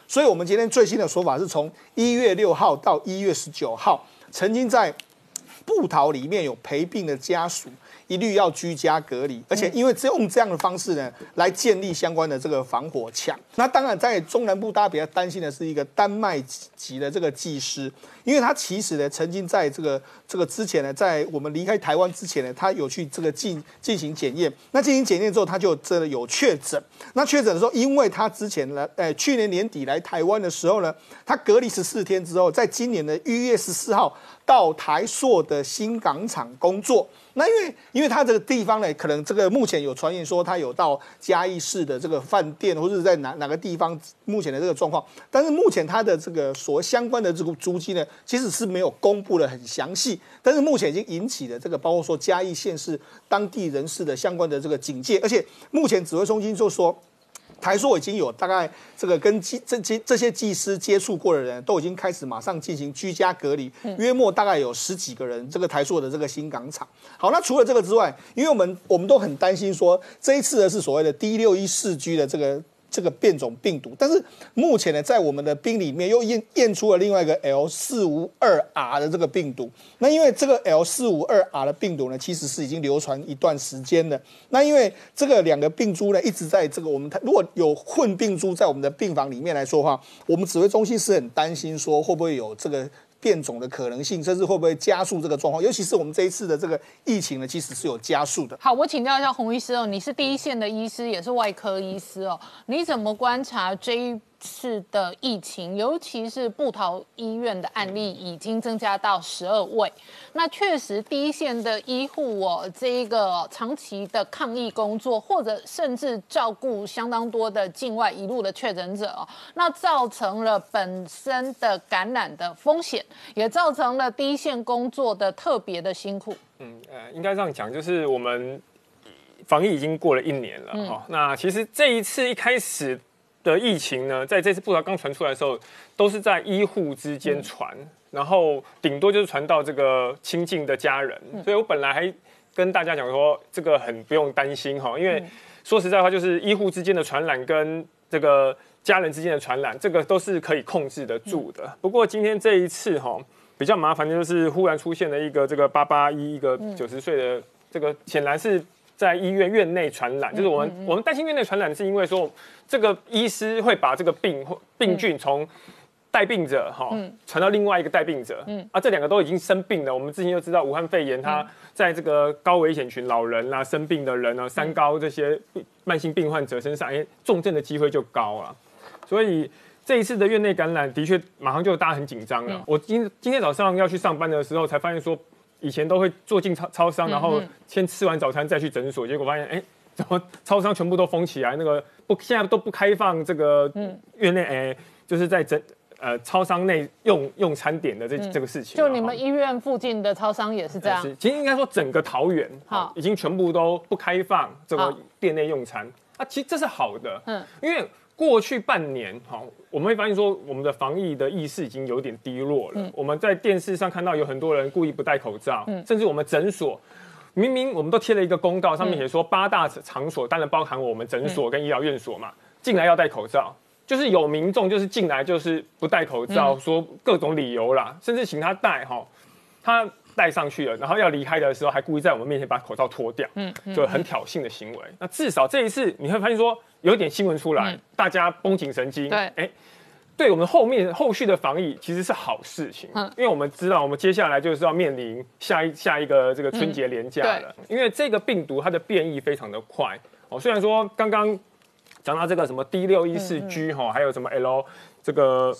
所以我们今天最新的说法是从1月6号到1月19号，曾经在部桃里面有陪病的家属，一律要居家隔离，而且因为用这样的方式呢，来建立相关的这个防火墙。那当然，在中南部大家比较担心的是一个丹麦籍的这个技师，因为他其实呢，曾经在这个之前呢，在我们离开台湾之前呢，他有去这个进行检验。那进行检验之后，他就真的有确诊。那确诊的时候，因为他之前呢，去年年底来台湾的时候呢，他隔离14天之后，在今年的1月14号到台塑的新港厂工作。那因为他这个地方呢，可能这个目前有传言说他有到嘉义市的这个饭店，或者是在哪个地方目前的这个状况，但是目前他的这个所相关的这个足迹呢，其实是没有公布的很详细，但是目前已经引起了这个包括说嘉义县市当地人士的相关的这个警戒，而且目前指挥中心就说，台塑已经有大概这个跟这些技师接触过的人都已经开始马上进行居家隔离，约莫大概有10几个人，这个台塑的这个新港厂。好，那除了这个之外，因为我们都很担心说这一次的是所谓的 D614G 的这个变种病毒，但是目前呢，在我们的兵里面又验出了另外一个 L452R 的这个病毒。那因为这个 L452R 的病毒呢，其实是已经流传一段时间了。那因为这个2个病株呢，一直在这个我们如果有混病株在我们的病房里面来说的话，我们指挥中心是很担心说会不会有这个变种的可能性，甚至会不会加速这个状况？尤其是我们这一次的这个疫情呢，其实是有加速的。 好，我请教一下洪医师哦，你是第一线的医师，也是外科医师哦，你怎么观察这一次的疫情，尤其是部桃医院的案例已经增加到12位？那确实第一线的医护这一个长期的抗疫工作，或者甚至照顾相当多的境外一路的确诊者那造成了本身的感染的风险，也造成了第一线工作的特别的辛苦。 应该这样讲，就是我们防疫已经过了1年了那其实这一次一开始的疫情呢，在这次部桃刚传出来的时候，都是在医护之间传，然后顶多就是传到这个亲近的家人，所以我本来还跟大家讲说，这个很不用担心因为说实在话，就是医护之间的传染跟这个家人之间的传染，这个都是可以控制得住的。不过今天这一次比较麻烦的就是忽然出现了一个这个881一个90岁的这个，显然是在医院院内传染，就是我们担心院内传染，是因为说这个医师会把这个病菌从带病者传到另外一个带病者，这2个都已经生病了。我们之前就知道武汉肺炎，它在这个高危险群、老人生病的人三高这些慢性病患者身上，重症的机会就高了。所以这一次的院内感染，的确马上就大家很紧张了。我今天早上要去上班的时候，才发现说，以前都会坐进超商，然后先吃完早餐再去诊所，结果发现怎么超商全部都封起来？那个现在都不开放这个院内就是在超商内用餐点的这个事情。 就你们医院附近的超商也是这样？ 其实应该说整个桃园已经全部都不开放这个店内用餐其实这是好的，因为过去半年我们会发现说我们的防疫的意识已经有点低落了。我们在电视上看到有很多人故意不戴口罩，甚至我们诊所明明我们都贴了一个公告，上面写说8大场所，当然包含我们诊所跟医疗院所嘛，进来要戴口罩。就是有民众就是进来就是不戴口罩，说各种理由啦，甚至请他戴他戴上去了，然后要离开的时候还故意在我们面前把口罩脱掉，就很挑衅的行为。那至少这一次你会发现说有一点新闻出来，大家绷紧神经，对我们后续的防疫其实是好事情，因为我们知道我们接下来就是要面临下一个这个春节连假了，因为这个病毒它的变异非常的快虽然说刚刚讲到这个什么 D614G 还有什么 L 这个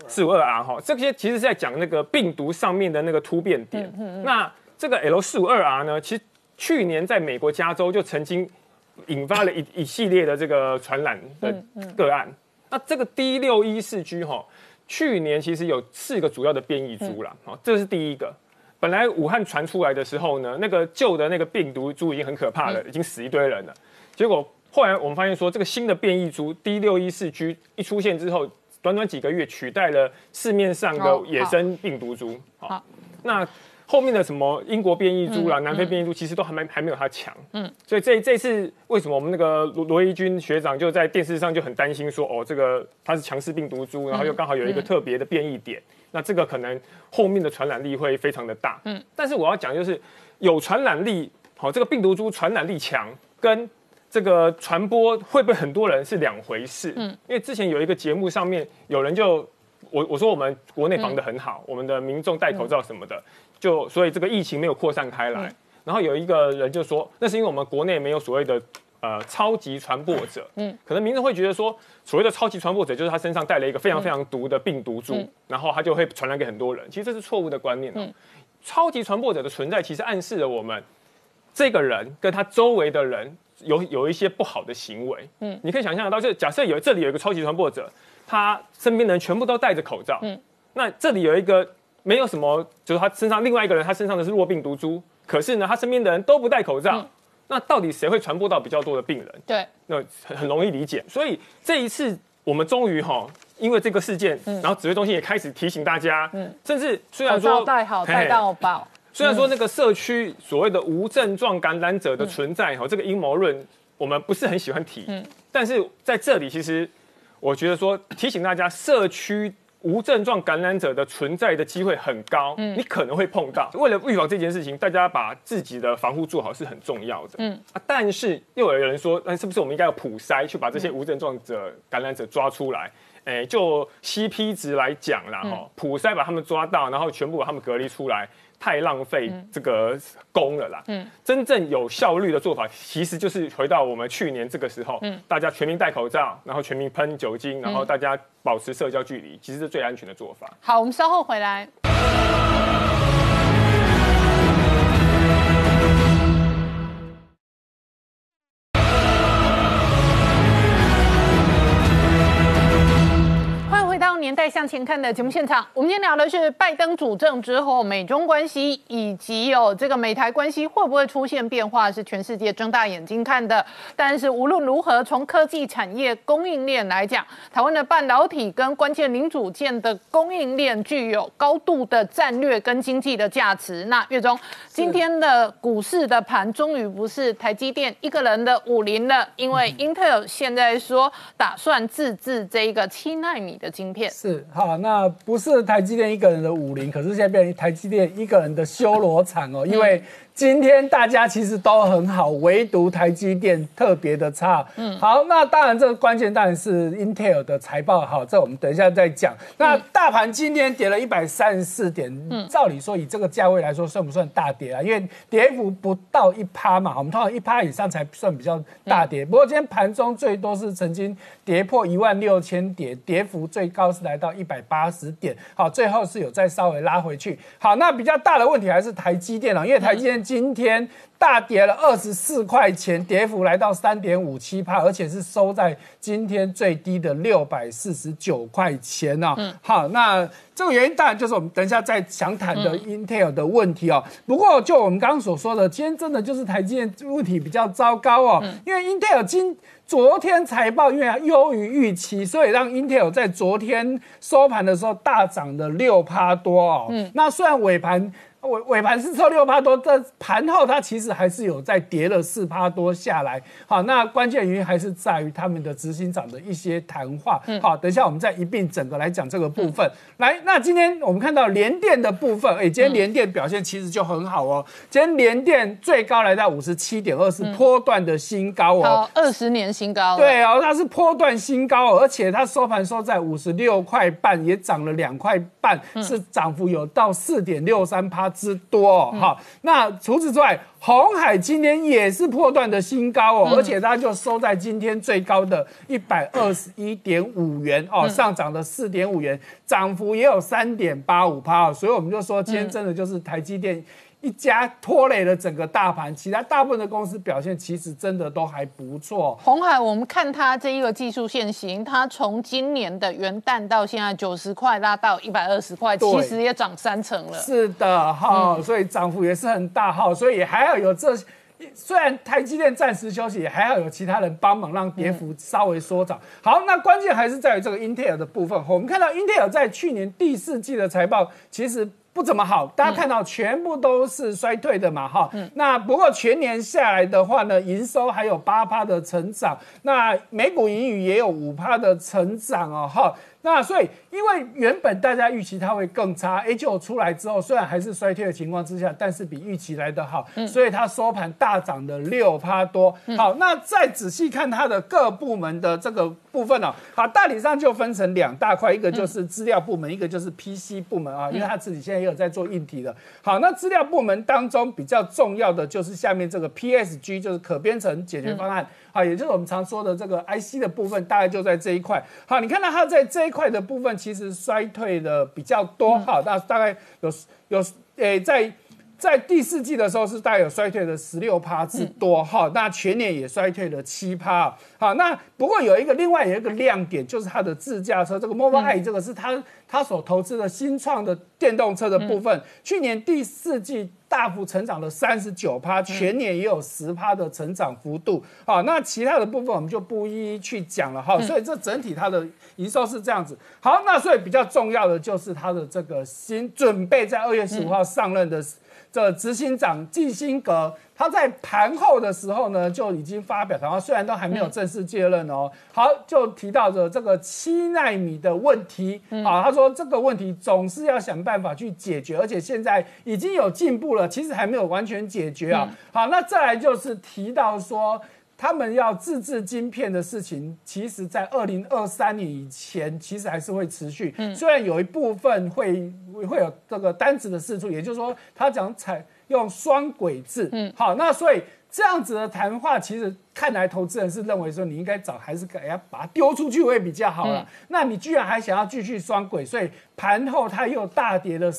452R 这些其实是在讲那个病毒上面的那个突变点。那这个 L452R 呢，其实去年在美国加州就曾经引发了一系列的这个传染的个案。那这个 D614G 去年其实有4个主要的变异株啦，这是第一个。本来武汉传出来的时候呢，那个旧的那个病毒株已经很可怕了，已经死一堆人了，结果后来我们发现说，这个新的变异株 D614G 一出现之后，短短几个月取代了市面上的野生病毒株。那后面的什么英国变异株啦、南非变异株，其实都还没有它强。所以这次为什么我们那个罗一军学长就在电视上就很担心说，这个它是强势病毒株，然后又刚好有一个特别的变异点，那这个可能后面的传染力会非常的大。但是我要讲就是有传染力，这个病毒株传染力强跟这个传播会不会很多人是两回事。因为之前有一个节目上面有人就我说我们国内防得很好，我们的民众戴口罩什么的，所以这个疫情没有扩散开来。然后有一个人就说，那是因为我们国内没有所谓的超级传播者。可能民众会觉得说，所谓的超级传播者就是他身上带了一个非常非常毒的病毒株，然后他就会传染给很多人。其实这是错误的观念。超级传播者的存在，其实暗示了我们这个人跟他周围的人有一些不好的行为。你可以想象得到，就是假设这里有一个超级传播者，他身边的人全部都戴着口罩。那这里有一个没有什么，就是他身上另外一个人，他身上的是弱病毒株，可是呢，他身边的人都不戴口罩。那到底谁会传播到比较多的病人？ 对， 那很容易理解。所以这一次我们终于因为这个事件，然后指挥中心也开始提醒大家，甚至虽然说口罩戴好，戴到饱。 虽然说那个社区所谓的无症状感染者的存在，这个阴谋论我们不是很喜欢提，但是在这里其实我觉得说提醒大家，社区无症状感染者的存在的机会很高，你可能会碰到。为了预防这件事情，大家把自己的防护做好是很重要的。但是又有人说，那是不是我们应该要普筛，去把这些无症状感染者抓出来？就 CP 值来讲啦，普筛把他们抓到，然后全部把他们隔离出来，太浪费这个工了啦。真正有效率的做法，其实就是回到我们去年这个时候，大家全民戴口罩，然后全民喷酒精，然后大家保持社交距离，其实是最安全的做法。 好，我们稍后回来。年代向前看的节目现场，我们今天聊的是拜登主政之后美中关系以及这个美台关系会不会出现变化，是全世界睁大眼睛看的。但是无论如何，从科技产业供应链来讲，台湾的半导体跟关键零组件的供应链具有高度的战略跟经济的价值。那月中今天的股市的盘终于不是台积电一个人的50了，因为 Intel 现在说打算自制这一个7奈米的晶片。 是好，那不是台积电一个人的50，可是现在变成台积电一个人的修罗场哦。因为今天大家其实都很好，唯独台积电特别的差。好，那当然这个关键当然是 Intel 的财报好，这我们等一下再讲。那大盘今天跌了134点，照理说以这个价位来说，算不算大跌啊？因为跌幅不到1%嘛，我们通常1%以上才算比较大跌。不过今天盘中最多是曾经跌破16000点，跌幅最高是来到180点。好，最后是有再稍微拉回去。好，那比较大的问题还是台积电因为台积电今天大跌了24块钱，跌幅来到3.57%，而且是收在今天最低的649块钱哦。好，那这个原因当然就是我们等一下再详谈的 Intel 的问题哦。不过就我们刚刚所说的，今天真的就是台积电问题比较糟糕哦，因为 Intel 昨天财报因为优于预期，所以让 Intel 在昨天收盘的时候大涨了6%多哦。那虽然尾盘是收6%多，但盘后它其实还是有再跌了4%多下来。好，那关键原因还是在于他们的执行长的一些谈话。好，等一下我们再一并整个来讲这个部分。来，那今天我们看到联电的部分，今天联电表现其实就很好哦。今天联电最高来到57.2，是波段的新高哦 ，20年新高。 对哦，它是波段新高而且它收盘收在56块半，也涨了2块半，是涨幅有到4.63%。之多好，那除此之外，鸿海今天也是破断的新高而且它就收在今天最高的121.5元上涨了4.5元，涨幅也有3.85%所以我们就说今天真的就是台积电一家拖累了整个大盘，其他大部分的公司表现其实真的都还不错。 鸿海，我们看它这一个技术线型，它从今年的元旦到现在90块拉到120块，其实也涨3成了。 是的，所以涨幅也是很大所以还要有这。虽然台积电暂时休息，也还要有其他人帮忙，让跌幅稍微缩小。好，那关键还是在于这个 Intel 的部分。我们看到 Intel 在去年第4季的财报其实不怎么好，大家看到全部都是衰退的嘛，哈。那不过全年下来的话呢，营收还有8%的成长，那每股盈余也有5%的成长哦，哈。那所以，因为原本大家预期它会更差 ，A9 出来之后，虽然还是衰退的情况之下，但是比预期来得好，所以它收盘大涨的6%多。好，那再仔细看它的各部门的这个部分哦，好，大体上就分成2大块，一个就是资料部门，一个就是 PC 部门啊，因为它自己现在也有在做硬体的。好，那资料部门当中比较重要的就是下面这个 PSG， 就是可编程解决方案。好，也就是我们常说的这个 IC 的部分，大概就在这一块。好，你看到它在这一块的部分，其实衰退的比较多。好，那大概在第4季的时候是大概有衰退的16%之多。好，那全年也衰退了7%。好，那不过另外有一个亮点，就是它的自驾车这个 Mobileye， 这个是它所投资的新创的电动车的部分，去年第4季大幅成长了39%，全年也有10%的成长幅度。好，那其他的部分我们就不一一去讲了哈。所以这整体它的营收是这样子。好，那所以比较重要的就是它的这个准备在2月15号上任的这执行长季辛格，他在盘后的时候呢就已经发表谈话，虽然都还没有正式接任哦。好，就提到了这个7奈米的问题。好，他说这个问题总是要想办法去解决，而且现在已经有进步了，其实还没有完全解决啊。好，那再来就是提到说，他们要自制晶片的事情，其实在2023年以前，其实还是会持续。虽然有一部分会有这个单子的释出，也就是说，他讲采用双轨制。好，那所以这样子的谈话，其实看来投资人是认为说，你应该还是要把它丢出去会比较好了。那你居然还想要继续双轨，所以盘后它又大跌了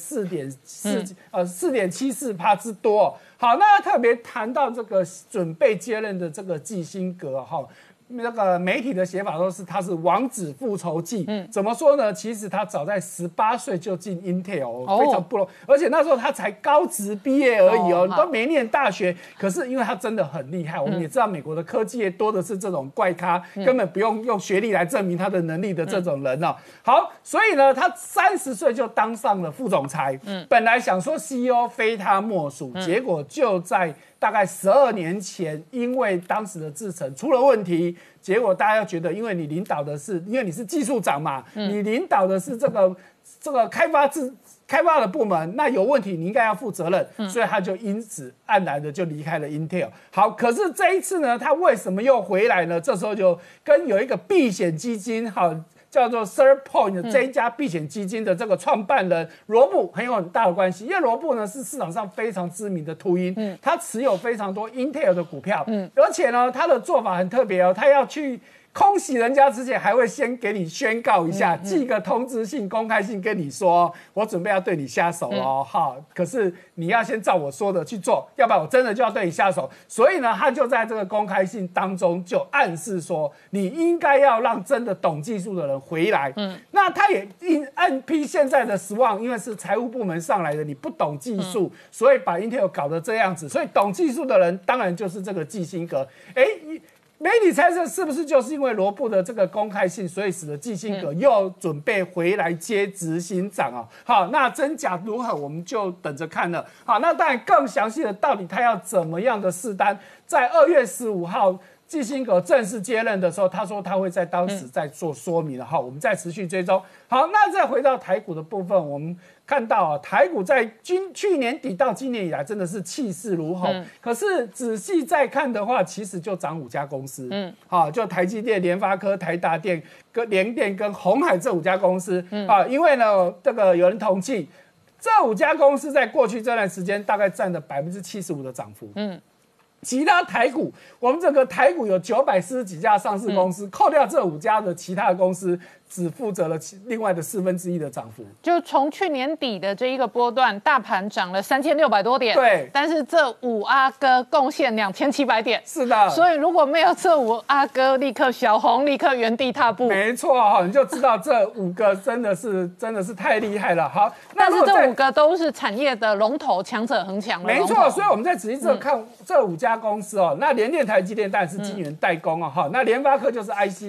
4.74% 之多。好，那特别谈到这个准备接任的这个季辛格哈，那个媒体的写法都是他是王子复仇记。怎么说呢？其实他早在18岁就进 Intel，非常不容易，而且那时候他才高职毕业而已哦，都没念大学。可是因为他真的很厉害，我们也知道美国的科技业多的是这种怪咖，根本不用学历来证明他的能力的这种人哦。好，所以呢，他30岁就当上了副总裁。本来想说 CEO 非他莫属，结果就在大概12年前，因为当时的制程出了问题，结果大家又觉得，因为你是技术长嘛，你领导的是这个开发的部门，那有问题你应该要负责任，所以他就因此黯然的就离开了 Intel。好，可是这一次呢，他为什么又回来呢？这时候就跟有一个避险基金，好，叫做 Third Point 这一家避险基金的这个创办人罗布很大的关系，因为罗布呢是市场上非常知名的秃鹰，他持有非常多 Intel 的股票，而且呢他的做法很特别哦，他要去空袭人家之前，还会先给你宣告一下，寄个通知信、公开信跟你说，我准备要对你下手哦，好，可是你要先照我说的去做，要不然我真的就要对你下手。所以呢，他就在这个公开信当中就暗示说，你应该要让真的懂技术的人回来。那他也暗批现在的Swan，因为是财务部门上来的，你不懂技术，所以把 Intel 搞得这样子，所以懂技术的人当然就是这个季辛格。媒体猜测是不是就是因为罗布的这个公开信，所以使得季辛格又准备回来接执行长啊？好，那真假如何，我们就等着看了。好，那当然更详细的，到底他要怎么样的试单，在2月15号。季辛格正式接任的时候，他说他会在当时再做说明了。好，我们再持续追踪。好，那再回到台股的部分，我们看到啊，台股在去年底到今年以来真的是气势如虹。可是仔细再看的话，其实就涨5家公司。好，就台积电、联发科、台达电、联电跟鸿海这5家公司。啊，因为呢，这个有人统计，这5家公司在过去这段时间大概占了75%的涨幅。其他台股，我们整个台股有940几家上市公司，扣掉这5家的其他的公司，只负责了另外的1/4的涨幅。 就从去年底的这一个波段，大盘涨了3600多点， 对，但是这5阿哥贡献2700点， 是的。 所以如果没有这5阿哥，立刻小红立刻原地踏步。 没错哈，你就知道这5个真的是太厉害了。好， 但是这5个都是产业的龙头，强者恒强。 没错，所以我们再仔细看这5家公司哦，那联电、台积电当然是晶圆代工哦，哈，那联发科就是 IC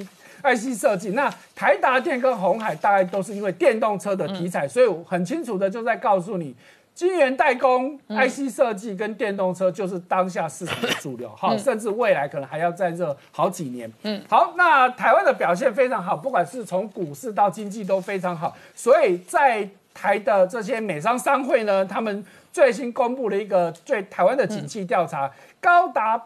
IC 设计。那台达电跟鸿海大概都是因为电动车的题材，所以我很清楚的就在告诉你。晶圆代工、IC 设计跟电动车就是当下市场的主流，好，甚至未来可能还要再热好几年。好，那台湾的表现非常好，不管是从股市到经济都非常好，所以在台的这些美商商会呢，他们最新公布了一个对台湾的景气调查，高达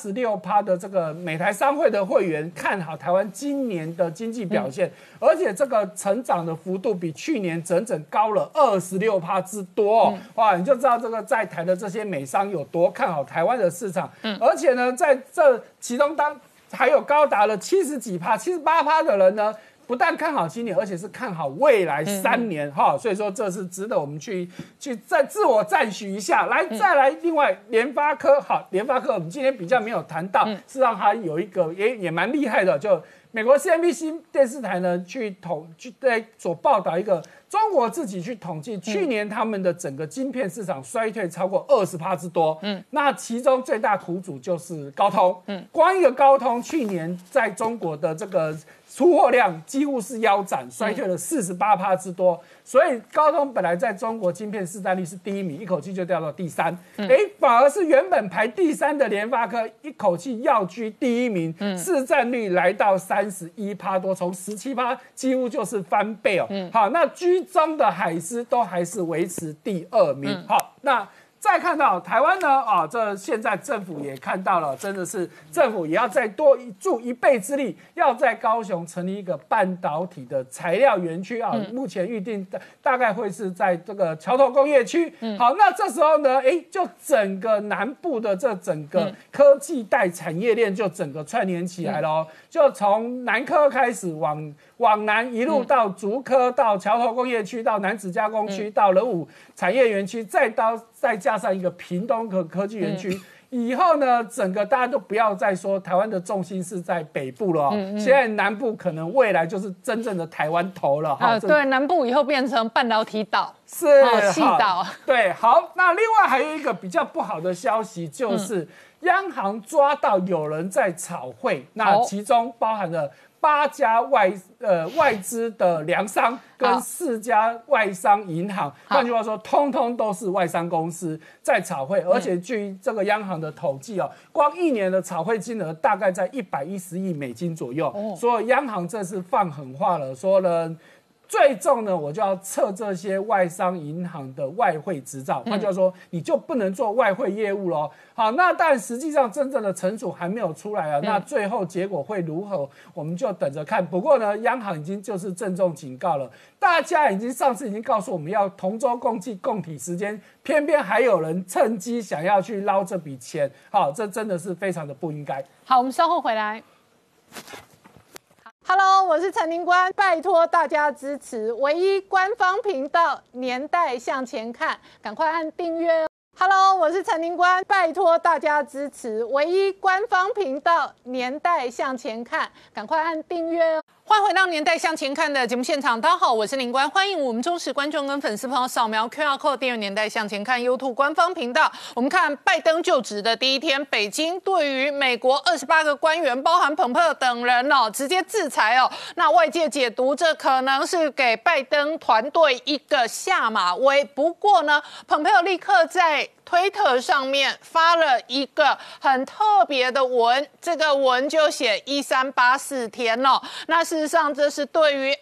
86%的这个美台商会的会员看好台湾今年的经济表现，而且这个成长的幅度比去年整整高了26%之多。哇，你就知道这个在台的这些美商有多看好台湾的市场。而且呢，在这其中还有高达了70几%、78%的人呢。不但看好今年，而且是看好未来3年哈，所以说这是值得我们去再自我赞许一下。来，再来，另外联发科，好，联发科我们今天比较没有谈到，是让它有一个也蛮厉害的，就美国 CNBC 电视台呢去所报道一个中国自己去统计，去年他们的整个晶片市场衰退超过20%之多。那其中最大苦主就是高通。光一个高通去年在中国的这个出货量几乎是腰斩，衰退了48%之多。所以高通本来在中国晶片市占率是第1名，一口气就掉到第3。反而是原本排第3的联发科，一口气跃居第1名，市占率来到31%多，从17%几乎就是翻倍哦。好，那居中的海思都还是维持第2名。好，那。再看到台湾呢，这现在政府也看到了，真的是政府也要再多助1倍之力，要在高雄成立一个半导体的材料园区啊。目前预定大概会是在这个桥头工业区。好，那这时候呢，就整个南部的这整个科技带产业链就整个串联起来了哦，就从南科开始往南一路到竹科，到桥头工业区，到南子加工区，到仁武产业园区，再加上一个屏东科技园区。以后呢，整个大家都不要再说台湾的重心是在北部了现在南部可能未来就是真正的台湾头了对，南部以后变成半导体岛， 是细岛。 对，好，那另外还有一个比较不好的消息就是，央行抓到有人在炒汇，那其中包含了8家外资的粮商跟4家外商银行，换句话说，通通都是外商公司在炒汇，而且据这个央行的统计光1年的炒汇金额大概在110亿美金左右，所以央行这次放狠话了，说呢。最重呢，我就要撤这些外商银行的外汇执照，换句话说，你就不能做外汇业务咯。好，那但实际上真正的惩处还没有出来啊，那最后结果会如何，我们就等着看。不过呢，央行已经就是郑重警告了，大家上次已经告诉我们要同舟共济共体时间，偏偏还有人趁机想要去捞这笔钱，好，这真的是非常的不应该。 好，我们稍后回来。Hello， 我是陈宁官，拜托大家支持唯一官方频道《年代向前看》，赶快按订阅哦。Hello， 我是陈宁官，拜托大家支持唯一官方频道《年代向前看》，赶快按订阅哦。欢迎回到《年代向前看》的节目现场，大家好，我是林官，欢迎我们忠实观众跟粉丝朋友扫描 QR Code 订阅《年代向前看》YouTube 官方频道。我们看拜登就职的第一天，北京对于美国28个官员，包含彭佩奥等人直接制裁那外界解读这可能是给拜登团队一个下马威。不过呢，彭佩奥立刻在推特上面发了一个很特别的文，这个文就写1384天那事实上这是对于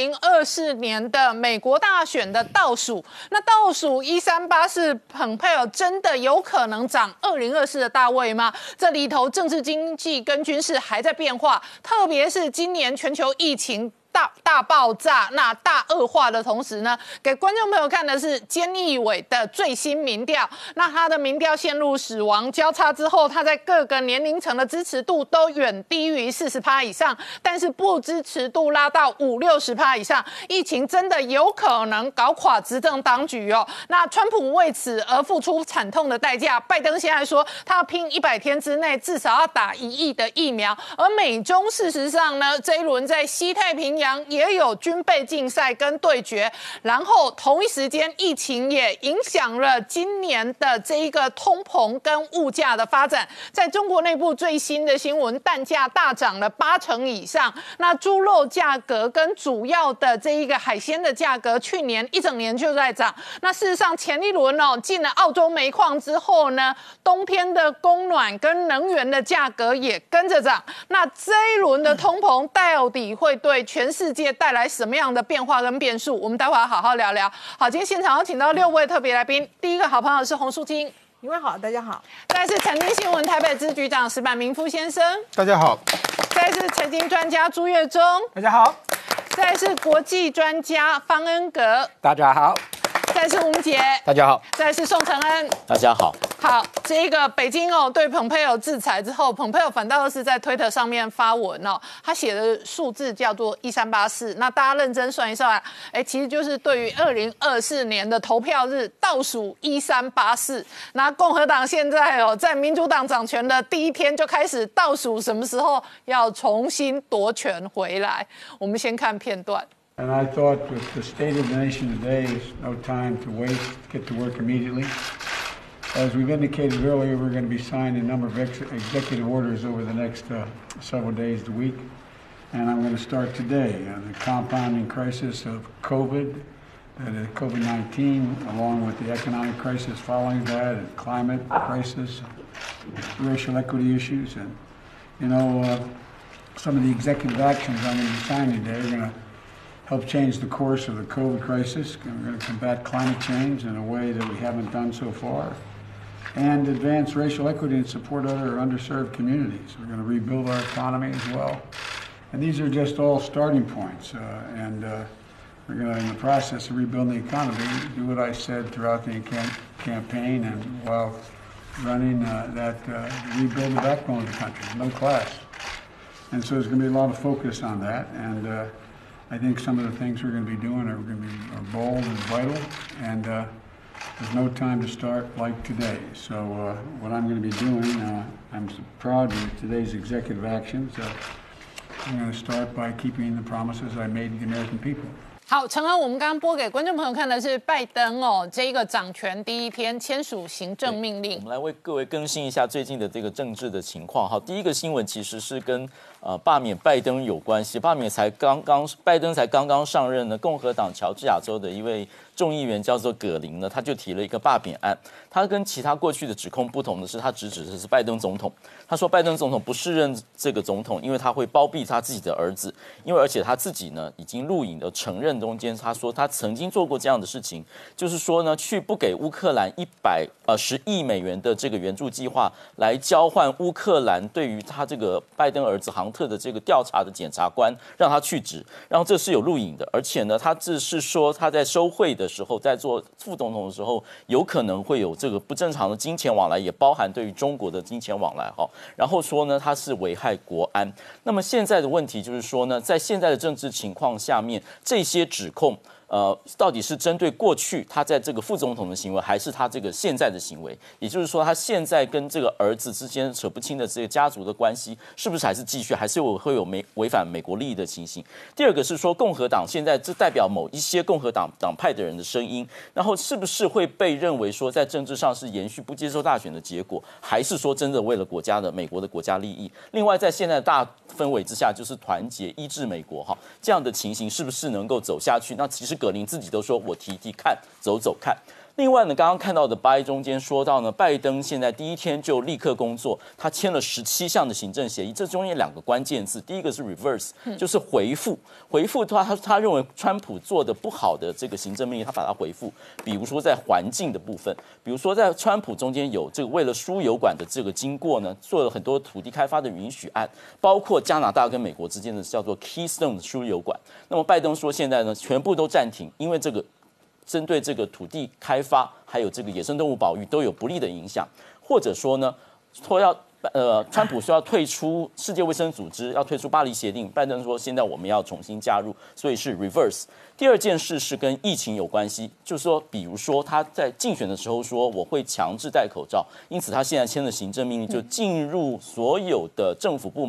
2024年的美国大选的倒数。那倒数1384，彭佩奥真的有可能掌2024的大位吗？这里头政治经济跟军事还在变化，特别是今年全球疫情大爆炸，那大恶化的同时呢，给观众朋友看的是菅义伟的最新民调。那他的民调陷入死亡交叉之后，他在各个年龄层的支持度都远低于40%以上，但是不支持度拉到50-60%以上。疫情真的有可能搞垮执政当局那川普为此而付出惨痛的代价。拜登现在说他要拼100天之内至少要打1亿的疫苗，而美中事实上呢，这一轮在西太平洋扬也有军备竞赛跟对决，然后同一时间疫情也影响了今年的这一个通膨跟物价的发展。在中国内部最新的新闻，蛋价大涨了80%以上，那猪肉价格跟主要的这一个海鲜的价格，去年一整年就在涨。那事实上前一轮进了澳洲煤矿之后呢，冬天的供暖跟能源的价格也跟着涨。那这一轮的通膨到底会对全世界带来什么样的变化跟变数？我们待会儿好好聊聊。好，今天现场要请到6位特别来宾，第一个好朋友是洪淑金， 你们好，大家好。 再来是财经新闻台北支局长石板明夫先生， 大家好。 再来是财经专家朱岳忠， 大家好。 再来是国际专家方恩格， 大家好。 再来是吴杰， 大家好。 再来是宋承恩， 大家好。 好，这个北京对蓬佩奥制裁之后，蓬佩奥反倒是在推特上面发文他写的数字叫做1384，那大家认真算一算，其实就是对于2024年的投票日倒数1384。那共和党现在在民主党掌权的第一天就开始倒数什么时候要重新夺权回来。我们先看片段。 And I thought with the state of the nation today, is no time to wait, get to work immediately. As we've indicated earlier, we're going to be signing a number of executive orders over the next several days to week. And I'm going to start today. The compounding crisis of COVID, COVID-19, along with the economic crisis following that, and climate crisis, racial equity issues. And, some of the executive actions I'm going to be signing today are going to help change the course of the COVID crisis. We're going to combat climate change in a way that we haven't done so far, and advance racial equity and support other underserved communities. We're going to rebuild our economy as well. And these are just all starting points. We're going to, in the process of rebuilding the economy, do what I said throughout the campaign and while running rebuild the backbone of the country, middle class. And so there's going to be a lot of focus on that. And I think some of the things we're going to be doing are going to be bold and vital, and there's no time to start like today. So what I'm going to be doing, I'm proud of today's executive actions. I'm going to start by keeping the promises I made to the American people. 好，承恩，我们刚刚播给观众朋友看的是拜登这一个掌权第一天签署行政命令。 我们来为各位更新一下最近的这个政治的情况。好，第一个新闻其实是跟罢免拜登有关系。罢免拜登才刚刚上任呢，共和党乔治亚州的一位众议员叫做葛林呢，他就提了一个罢免案。他跟其他过去的指控不同的是，他指的是拜登总统。他说拜登总统不适任这个总统，因为他会包庇他自己的儿子，而且他自己呢已经录影的承认中间，他说他曾经做过这样的事情，就是说呢，去不给乌克兰10亿美元的这个援助计划，来交换乌克兰对于他这个拜登儿子杭特的这个调查的检察官，让他去职，然后这是有录影的，而且呢，他这是说他在收贿的时候，在做副总统的时候，有可能会有这个不正常的金钱往来，也包含对于中国的金钱往来哈。然后说呢，他是危害国安。那么现在的问题就是说呢，在现在的政治情况下面，这些指控。到底是针对过去他在这个副总统的行为，还是他这个现在的行为？也就是说，他现在跟这个儿子之间扯不清的这个家族的关系，是不是还是继续，还是会有违反美国利益的情形？第二个是说，共和党现在这代表某一些共和党派的人的声音，然后是不是会被认为说在政治上是延续不接受大选的结果，还是说真的为了美国的国家利益？另外，在现在的大氛围之下，就是团结医治美国哈，这样的情形是不是能够走下去？那其实葛林自己都说我提看，走看。另外呢，刚刚看到的8中间说到呢，拜登现在第一天就立刻工作，他签了17项的行政协议，这中间2个关键字，第一个是 reverse， 就是回复他认为川普做的不好的这个行政命令，他把它回复，比如说在环境的部分，比如说在川普中间有这个为了输油管的这个经过呢，做了很多土地开发的允许案，包括加拿大跟美国之间的叫做 Keystone 输油管，那么拜登说现在呢全部都暂停，因为这个针对这个土地开发还有这个野生动物保育都有不利的影响，或者说呢，川普说要退出世界卫生组织，要退出巴黎协定，拜登说现在我们要重新加入，所以是 reverse。第二件事是跟疫情有关系，就是说，比如说他在竞选的时候说我会强制戴口罩，因此他现在签了行政命令，就进入所有的政府部门，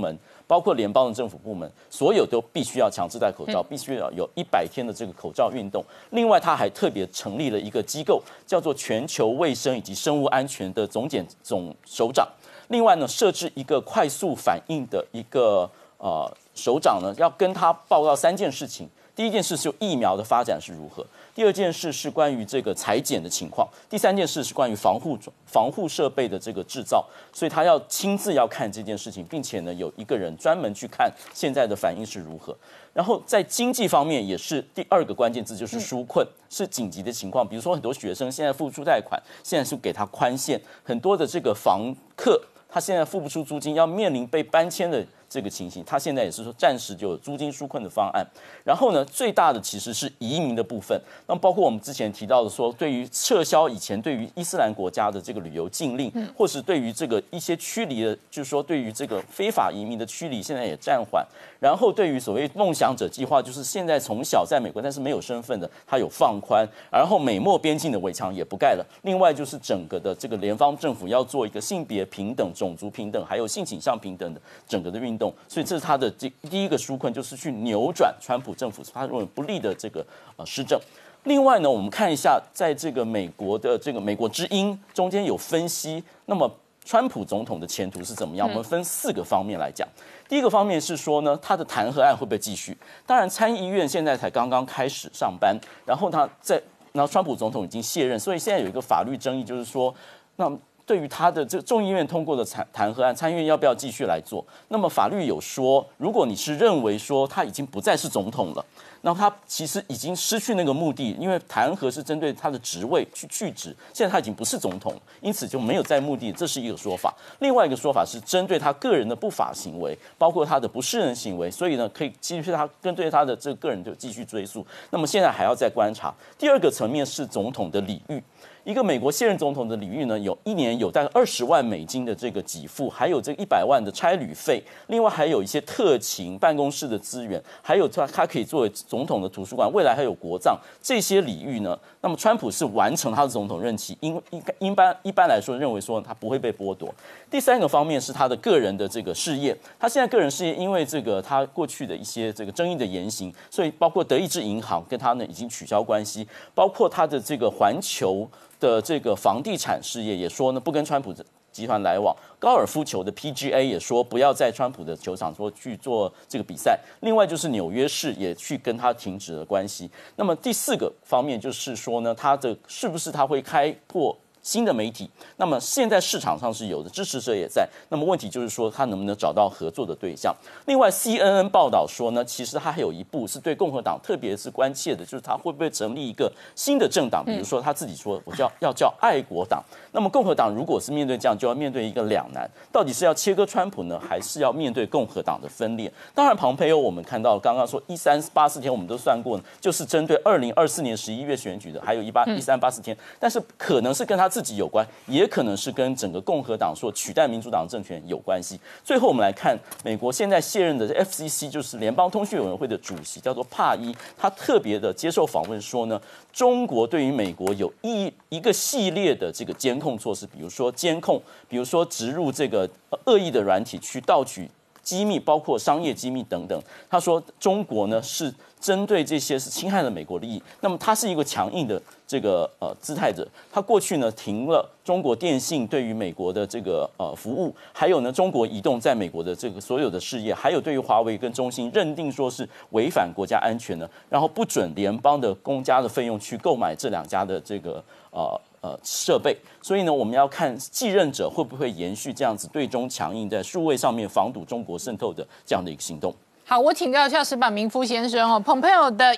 包括联邦的政府部门，所有都必须要强制戴口罩，必须要有100天的这个口罩运动。另外，他还特别成立了一个机构，叫做全球卫生以及生物安全的总首长。另外呢，设置一个快速反应的一个首长呢，要跟他报告3件事情。第一件事是疫苗的发展是如何，第二件事是关于这个裁剪的情况，第3件事是关于防护设备的这个制造，所以他要亲自要看这件事情，并且呢有一个人专门去看现在的反应是如何。然后在经济方面也是第2个关键字，就是纾困，是紧急的情况，比如说很多学生现在付不出贷款，现在是给他宽限，很多的这个房客他现在付不出租金，要面临被搬迁的这个情形，他现在也是说暂时就有租金纾困的方案。然后呢，最大的其实是移民的部分，那包括我们之前提到的说，对于撤销以前对于伊斯兰国家的这个旅游禁令，或是对于这个一些驱离的，就是说对于这个非法移民的驱离，现在也暂缓。然后对于所谓梦想者计划，就是现在从小在美国但是没有身份的，他有放宽。然后美墨边境的围墙也不盖了。另外就是整个的这个联邦政府要做一个性别平等、种族平等，还有性倾向平等的整个的运动。所以这是他的第一个纾困，就是去扭转川普政府他认为不利的这个施政。另外呢，我们看一下，在这个美国的这个美国之音中间有分析，那么川普总统的前途是怎么样？我们分4个方面来讲。第一个方面是说呢，他的弹劾案会不会继续？当然，参议院现在才刚刚开始上班，然后川普总统已经卸任，所以现在有一个法律争议，就是说，那对于他的这众议院通过的弹劾案，参议院要不要继续来做？那么法律有说，如果你是认为说他已经不再是总统了，那他其实已经失去那个目的，因为弹劾是针对他的职位去去职，现在他已经不是总统了，因此就没有在目的，这是一个说法。另外一个说法是针对他个人的不法行为，包括他的不适任行为，所以呢可以继续针对他的这个个人就继续追诉。那么现在还要再观察。第2个层面是总统的礼遇。一个美国现任总统的礼遇呢，有1年有大概20万美金的这个给付，还有这个100万的差旅费，另外还有一些特勤办公室的资源，还有他可以作为总统的图书馆，未来还有国葬这些礼遇呢。那么川普是完成他的总统任期，一般来说认为说他不会被剥夺。第3个方面是他的个人的这个事业，他现在个人事业因为这个他过去的一些这个争议的言行，所以包括德意志银行跟他呢已经取消关系，包括他的这个环球的这个房地产事业也说呢不跟川普集团来往，高尔夫球的 PGA 也说不要在川普的球场去做这个比赛。另外就是纽约市也去跟他停止了关系。那么第4个方面就是说呢，是不是他会开拓新的媒体？那么现在市场上是有的，支持者也在。那么问题就是说，他能不能找到合作的对象？另外 ，CNN 报道说呢，其实他还有一步是对共和党特别是关切的，就是他会不会成立一个新的政党？比如说他自己说，要叫爱国党。那么共和党如果是面对这样，就要面对一个两难，到底是要切割川普呢，还是要面对共和党的分裂？当然，庞培欧我们看到刚刚说1384天，我们都算过呢，就是针对2024年11月选举的，还有1384天，但是可能是跟他自己有关，也可能是跟整个共和党说取代民主党政权有关系。最后我们来看美国现在卸任的 FCC， 就是联邦通讯委员会的主席，叫做帕伊，他特别的接受访问说呢，中国对于美国有一个系列的这个监控措施，比如说监控，比如说植入这个恶意的软体去盗取机密，包括商业机密等等。他说中国呢是针对这些是侵害了美国利益，那么他是一个强硬的这个姿态者。他过去呢停了中国电信对于美国的这个服务，还有呢中国移动在美国的这个所有的事业，还有对于华为跟中兴认定说是违反国家安全呢，然后不准联邦的公家的费用去购买这2家的这个设备。所以呢，我们要看继任者会不会延续这样子对中强硬，在数位上面防堵中国渗透的这样的一个行动。 好，我请教一下石板明夫先生哦，Pompeo的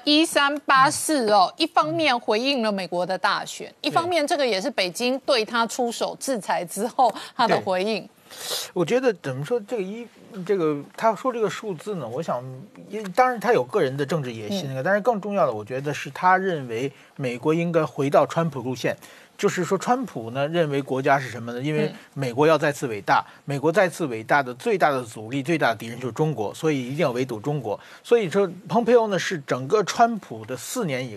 1384哦，一方面回应了美国的大选，一方面这个也是北京对他出手制裁之后他的回应。 我觉得怎么说这个他说这个数字呢？我想，当然他有个人的政治野心但是更重要的，我觉得是他认为美国应该回到川普路线。就是说，川普呢认为国家是什么呢？因为美国要再次伟大，美国再次伟大的最大的阻力、最大的敌人就是中国，所以一定要围堵中国。所以说，蓬佩奥呢是整个川普的4年以来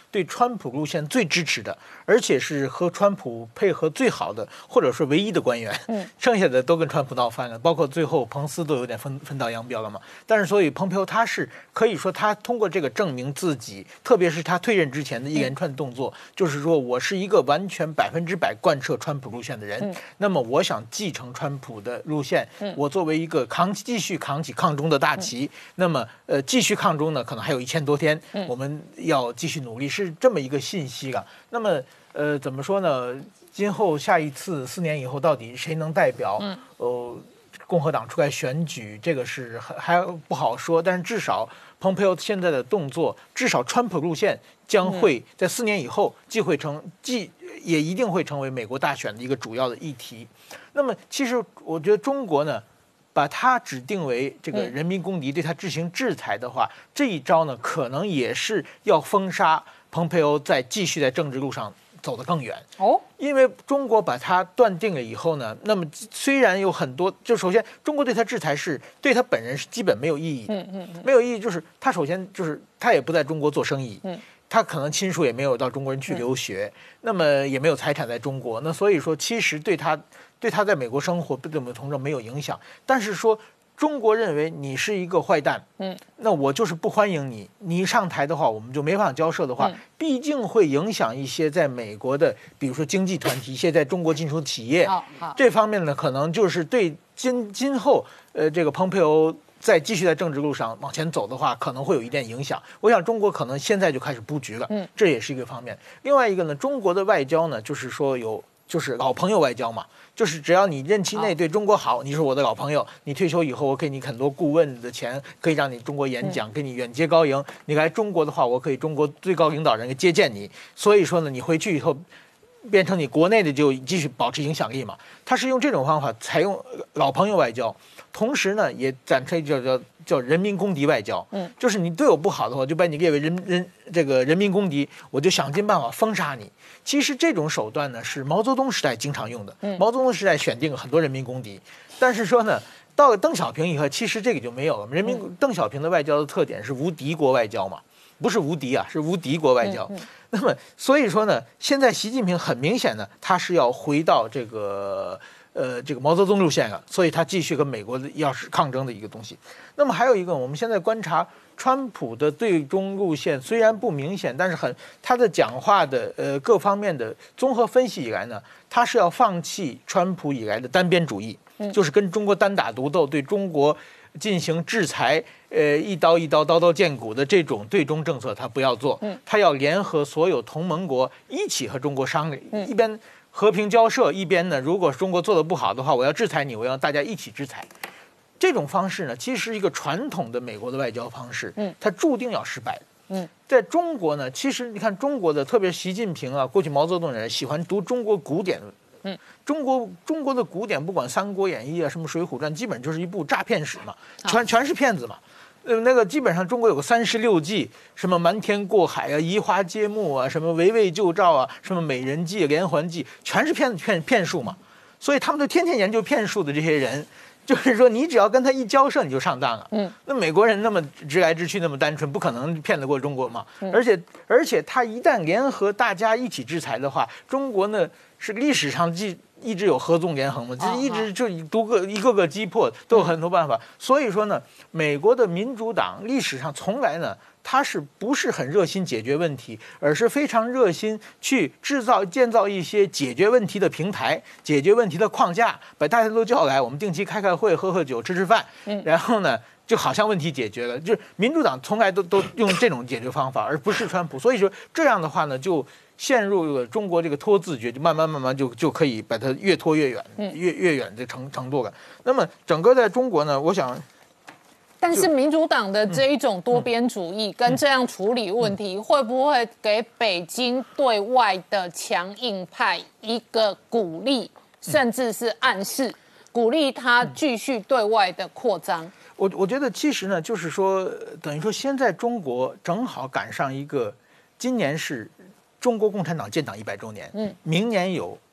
对川普路线最支持的，而且是和川普配合最好的，或者说唯一的官员。剩下的都跟川普闹翻了，包括最后彭斯都有点分道扬镳了嘛。但是所以蓬佩奥他是可以说他通过这个证明自己，特别是他退任之前的一连串动作，就是说我是一个完全100%贯彻川普路线的人。那么我想继承川普的路线，我作为一个继续扛起抗中的大旗，那么继续抗中呢，可能还有1000多天，我们要继续努力，是这么一个信息啊。那么怎么说呢？今后下一次4年以后，到底谁能代表共和党出来选举，这个是还不好说。但是至少蓬佩奥现在的动作，至少川普路线将会在4年以后也一定会成为美国大选的一个主要的议题。那么其实我觉得中国呢，把它指定为这个人民公敌，对它进行制裁的话，这一招呢，可能也是要封杀蓬佩奥继续在政治路上走得更远。因为中国把它断定了以后呢，那么虽然有很多，就首先中国对他制裁是对他本人是基本没有意义的，没有意义，就是他首先就是他也不在中国做生意，他可能亲属也没有到中国人去留学，那么也没有财产在中国，那所以说其实对他在美国生活对我们从政没有影响，但是说中国认为你是一个坏蛋，那我就是不欢迎你，你一上台的话，我们就没法交涉的话，毕竟会影响一些在美国的，比如说经济团体，一些在中国进出的企业，这方面呢，可能就是对今后这个蓬佩奥再继续在政治路上往前走的话，可能会有一点影响。我想中国可能现在就开始布局了，这也是一个方面。另外一个呢，中国的外交呢，就是说就是老朋友外交嘛，就是只要你任期内对中国好，你是我的老朋友，你退休以后我给你很多顾问的钱，可以让你中国演讲，给你远接高迎。你来中国的话，我可以中国最高领导人接见你。所以说呢，你回去以后变成你国内的就继续保持影响力嘛。他是用这种方法采用老朋友外交，同时呢也展开叫人民公敌外交，就是你对我不好的话，就把你列为人民公敌，我就想尽办法封杀你。其实这种手段呢是毛泽东时代经常用的，毛泽东时代选定了很多人民公敌，但是说呢，到了邓小平以后，其实这个就没有了。邓小平的外交的特点是无敌国外交嘛，不是无敌啊，是无敌国外交。那么所以说呢，现在习近平很明显呢，他是要回到这个毛泽东路线了，所以他继续跟美国要是抗争的一个东西。那么还有一个，我们现在观察川普的对中路线虽然不明显，但是他的讲话的各方面的综合分析以来呢，他是要放弃川普以来的单边主义，就是跟中国单打独斗，对中国进行制裁，一刀一刀，刀刀见骨的这种对中政策他不要做，他要联合所有同盟国一起和中国商量，一边和平交涉，一边呢，如果中国做得不好的话，我要制裁你，我要大家一起制裁。这种方式呢，其实是一个传统的美国的外交方式，它注定要失败。在中国呢，其实你看中国的，特别是习近平啊，过去毛泽东人喜欢读中国古典。中国的古典，不管《三国演义》啊，什么《水浒传》，基本就是一部诈骗史嘛，全是骗子嘛。那个基本上中国有个36计，什么瞒天过海啊、移花接木啊、什么围魏救赵啊、什么美人计、连环计，全是骗术嘛。所以他们就天天研究骗术的这些人，就是说你只要跟他一交涉，你就上当了。那美国人那么直来直去，那么单纯，不可能骗得过中国嘛。而且他一旦联合大家一起制裁的话，中国呢是历史上一直有合纵连横嘛，就一直就一个个击破，都有很多办法。所以说呢，美国的民主党历史上从来呢，他是不是很热心解决问题，而是非常热心去建造一些解决问题的平台、解决问题的框架，把大家都叫来，我们定期开会、喝酒、吃饭，然后呢，就好像问题解决了。就是民主党从来都用这种解决方法，而不是川普。所以说这样的话呢，就陷入了中国这个拖字诀，就慢慢就可以把它越拖越远，越远的程度了。那么整个在中国呢，我想， 但是民主党的这一种多边主义跟这样处理问题，会不会给北京对外的强硬派一个鼓励，甚至是暗示，鼓励他继续对外的扩张？ 我觉得其实呢，就是说，等于说现在中国正好赶上一个，今年是中国共产党建党100周年，明年有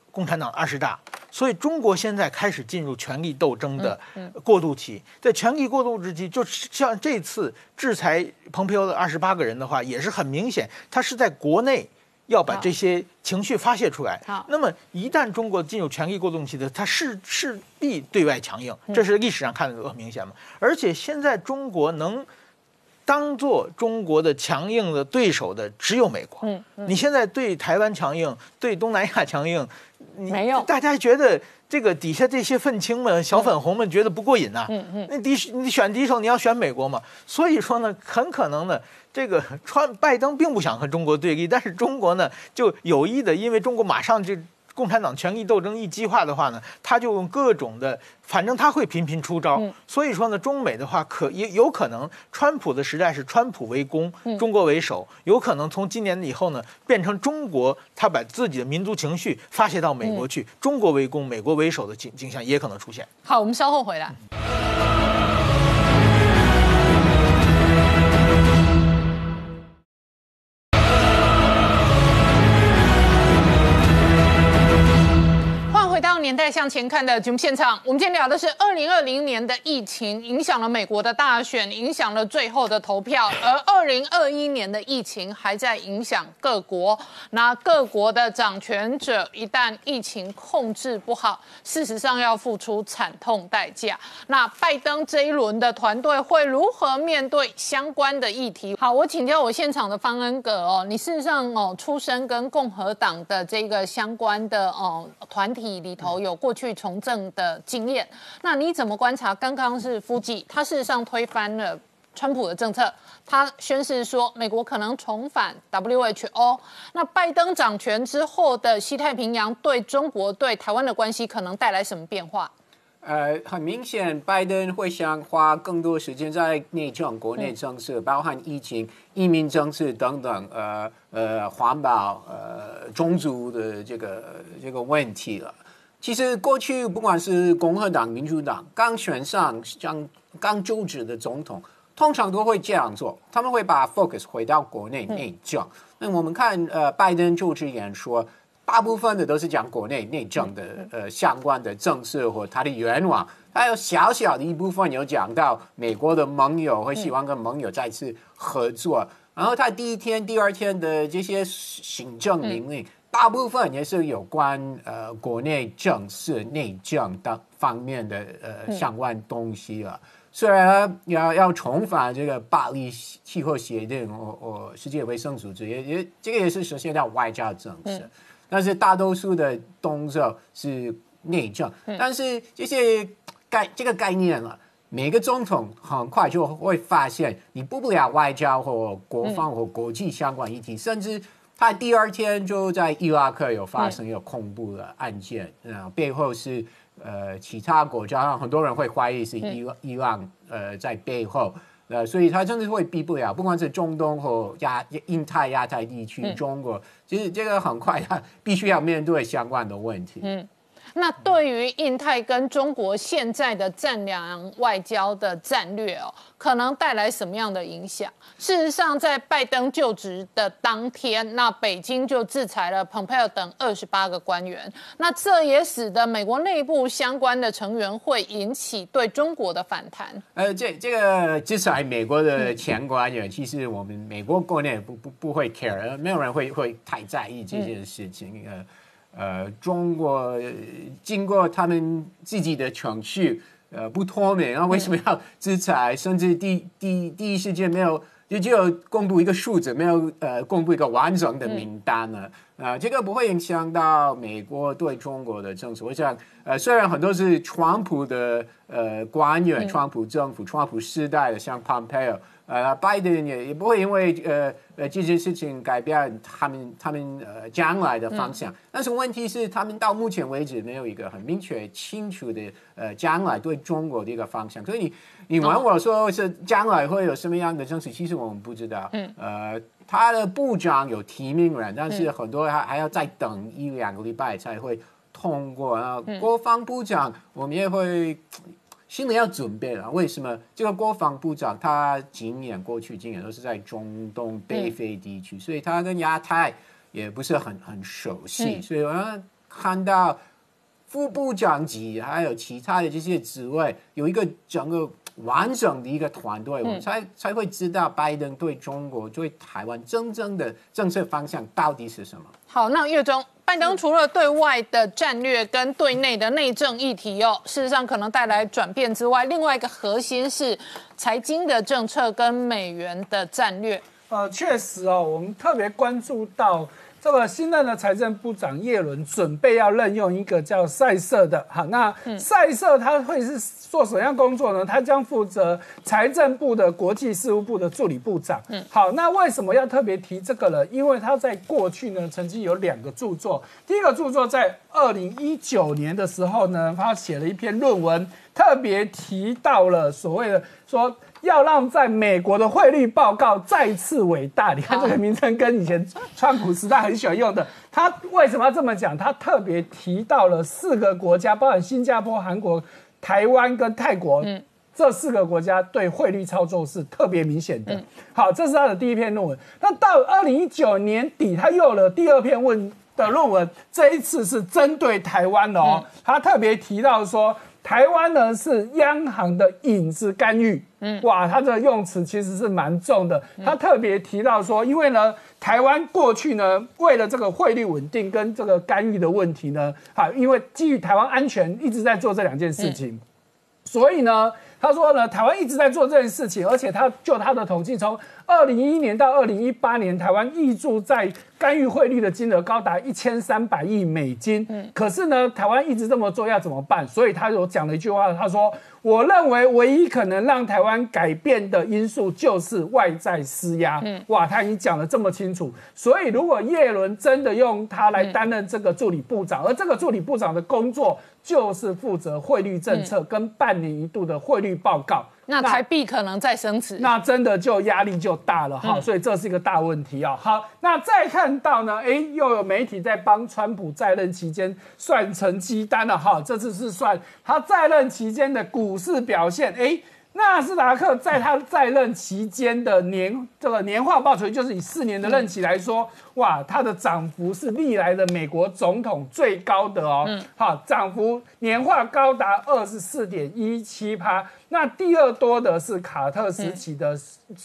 共产党20大，所以中国现在开始进入权力斗争的过渡期。在权力过渡之期，就像这次制裁蓬佩奥的28个人的话，也是很明显，他是在国内要把这些情绪发泄出来。那么一旦中国进入权力过渡期的，它势必对外强硬，这是历史上看得很明显嘛。而且现在中国能当做中国的强硬的对手的只有美国。你现在对台湾强硬，对东南亚强硬， 没有， 大家觉得这个底下这些愤青们、小粉红们觉得不过瘾呐、那你选敌手，你要选美国嘛？所以说呢，很可能呢，这个拜登并不想和中国对立，但是中国呢就有意的，因为中国马上这共产党权力斗争一激化的话呢，他就用各种的，反正他会频频出招。所以说呢，中美的话也有可能，川普的时代是川普为攻，中国为守，有可能从今年以后呢，变成中国他把自己的民族情绪发泄到美国去，中国为攻，美国为守的景象也可能出现。 好，我们稍后回来。回到年代向前看的节目现场，我们今天聊的是2020年的疫情影响了美国的大选，影响了最后的投票，而2021年的疫情还在影响各国。那各国的掌权者一旦疫情控制不好，事实上要付出惨痛代价。那拜登这一轮的团队会如何面对相关的议题？好，我请教我现场的方恩格哦，你事实上出身跟共和党的这个相关的团体里头有过去从政的经验，那你怎么观察？刚刚是夫妻，他事实上推翻了川普的政策，他宣示说美国可能重返 WHO。那拜登掌权之后的西太平洋对中国对台湾的关系可能带来什么变化？ 很明显，拜登会想花更多时间在内政、国内政策，包含疫情、移民政策等等，环保、种族的这个问题了。其实过去不管是共和党、民主党刚选上、刚就职的总统，通常都会这样做，他们会把 focus 回到国内内政。那我们看拜登就职演说，大部分的都是讲国内内政的相关的政策或他的愿望，还有小小的一部分有讲到美国的盟友会希望跟盟友再次合作。然后他第一天、第二天的这些行政命令，大部分也是有关国内政事、内政等方面的相关东西了。虽然要重返这个巴黎气候协定或世界卫生组织，这个也是实现到外交政策，但是大多数的动作是内政。但是这个概念了。每个总统很快就会发现，你顾不了外交或国防或国际相关议题，甚至他第二天就在伊拉克有发生有恐怖的案件，背后是其他国家，很多人会怀疑是伊朗在背后，所以他真的会避不了，不管是中东或印太、亚太地区，中国，其实这个很快他必须要面对相关的问题。 那对于印太跟中国现在的战略外交的战略可能带来什么样的影响？事实上，在拜登就职的当天，那北京就制裁了蓬佩奥等28个官员，那这也使得美国内部相关的成员会引起对中国的反弹。 这个制裁美国的前官员，其实我们美国国内不会 care， 没有人会太在意这件事情。中国经过他们自己的程序，不透明，然后为什么要制裁？甚至第一时间没有，就只有公布一个数字，没有公布一个完整的名单呢？这个不会影响到美国对中国的政策。我想，虽然很多是川普的官员、川普政府、川普时代的，像 Pompeo。拜登也不会因为这件事情改变他们将来的方向，但是问题是他们到目前为止没有一个很明确清楚的将来对中国的一个方向，所以你问我说是将来会有什么样的政策，其实我们不知道。他的部长有提名人，但是很多还要再等1-2个礼拜才会通过。国防部长我们也会。心里要准备了，为什么？这个国防部长他过去经验都是在中东、北非地区，所以他跟亚太也不是很熟悉，所以看到副部长级还有其他的这些职位有一个整个完整的一个团队，我们才会知道拜登对中国、对台湾真正的政策方向到底是什么。 好，那岳中，拜登除了对外的战略跟对内的内政议题事实上可能带来转变之外，另外一个核心是财经的政策跟美元的战略。 确实我们特别关注到这个新任的财政部长耶伦准备要任用一个叫塞瑟的，好，那塞瑟他会是做什么样工作呢？他将负责财政部的国际事务部的助理部长。好，那为什么要特别提这个呢？因为他在过去呢曾经有2个著作，第一个著作在2019年的时候呢，他写了一篇论文，特别提到了所谓的说要让在美国的汇率报告再次伟大。你看这个名称跟以前川普时代很喜欢用的。他为什么要这么讲？他特别提到了4个国家，包含新加坡、韩国、台湾跟泰国，这4个国家对汇率操作是特别明显的。好，这是他的第一篇论文。那到2019年底，他又有了第2篇论文，这一次是针对台湾的他特别提到说，台湾呢是央行的影子干预。哇，他的用词其实是蛮重的。他特别提到说，因为呢，台湾过去呢，为了这个汇率稳定跟这个干预的问题呢，因为基于台湾安全一直在做这2件事情，所以呢，他说呢，台湾一直在做这件事情，而且他的统计，从2011年到2018年，台湾挹注在干预汇率的金额高达1300亿美金。可是呢，台湾一直这么做，要怎么办？所以他有讲了一句话，他说：“我认为唯一可能让台湾改变的因素就是外在施压。”哇，他已经讲得这么清楚。所以如果耶伦真的用他来担任这个助理部长，而这个助理部长的工作就是负责汇率政策跟半年一度的汇率报告。 那台币可能再升值， 那真的就压力就大了所以这是一个大问题好，那再看到呢，又有媒体在帮川普在任期间算成绩单了这次是算他在任期间的股市表现纳斯达克在他在任期间的年化报酬，就是以4年的任期来说，哇，它的涨幅是历来的美国总统最高的涨幅年化高达24.17%。那第2多的是卡特时期的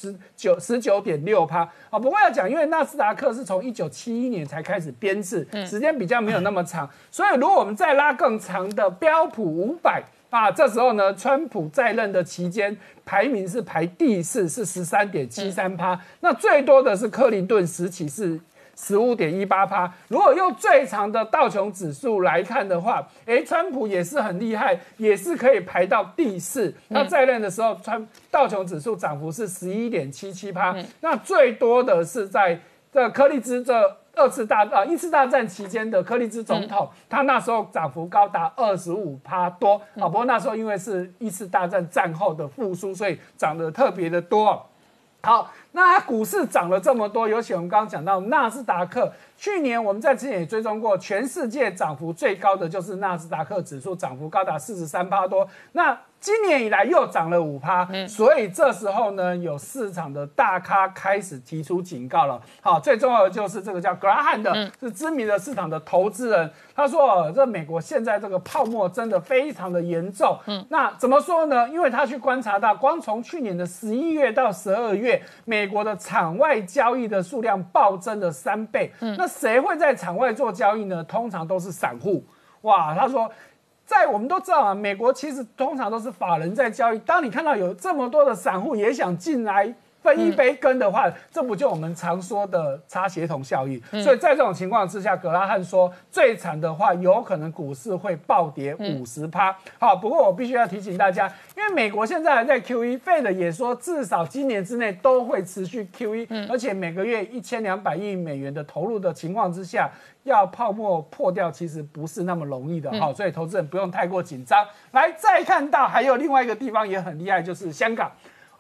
19.6%。不过要讲，因为纳斯达克是从1971年才开始编制，时间比较没有那么长，所以如果我们再拉更长的标普500。这时候呢，川普在任的期间排名是排第4，是13.73%。那最多的是克林顿时期是15.18%。如果用最长的道琼指数来看的话，川普也是很厉害，也是可以排到第4。他在任的时候，道琼指数涨幅是11.77%。那最多的是在这柯立芝一次大战期间的柯立芝总统，他那时候涨幅高达25%多不过那时候因为是一次大战战后的复苏，所以涨得特别的多好，那股市涨了这么多，尤其我们刚刚讲到纳斯达克，去年我们在之前也追踪过，全世界涨幅最高的就是纳斯达克指数，涨幅高达43%多。那今年以来又涨了5%，所以这时候呢，有市场的大咖开始提出警告了。好，最重要的就是这个叫格拉汉的，是知名的市场的投资人，他说，这美国现在这个泡沫真的非常的严重。那怎么说呢？因为他去观察到，光从去年的11月到12月，美国的场外交易的数量暴增了3倍。那谁会在场外做交易呢？通常都是散户。哇，他说。我们都知道美国其实通常都是法人在交易。当你看到有这么多的散户也想进来分一杯羹的话，这不就我们常说的擦鞋童效应？所以在这种情况之下，格拉汉说，最惨的话，有可能股市会暴跌50%。好，不过我必须要提醒大家，因为美国现在还在 QE，Fed 也说至少今年之内都会持续 QE，而且每个月1200亿美元的投入的情况之下。要泡沫破掉其实不是那么容易的所以投资人不用太过紧张。来，再看到还有另外一个地方也很厉害，就是香港。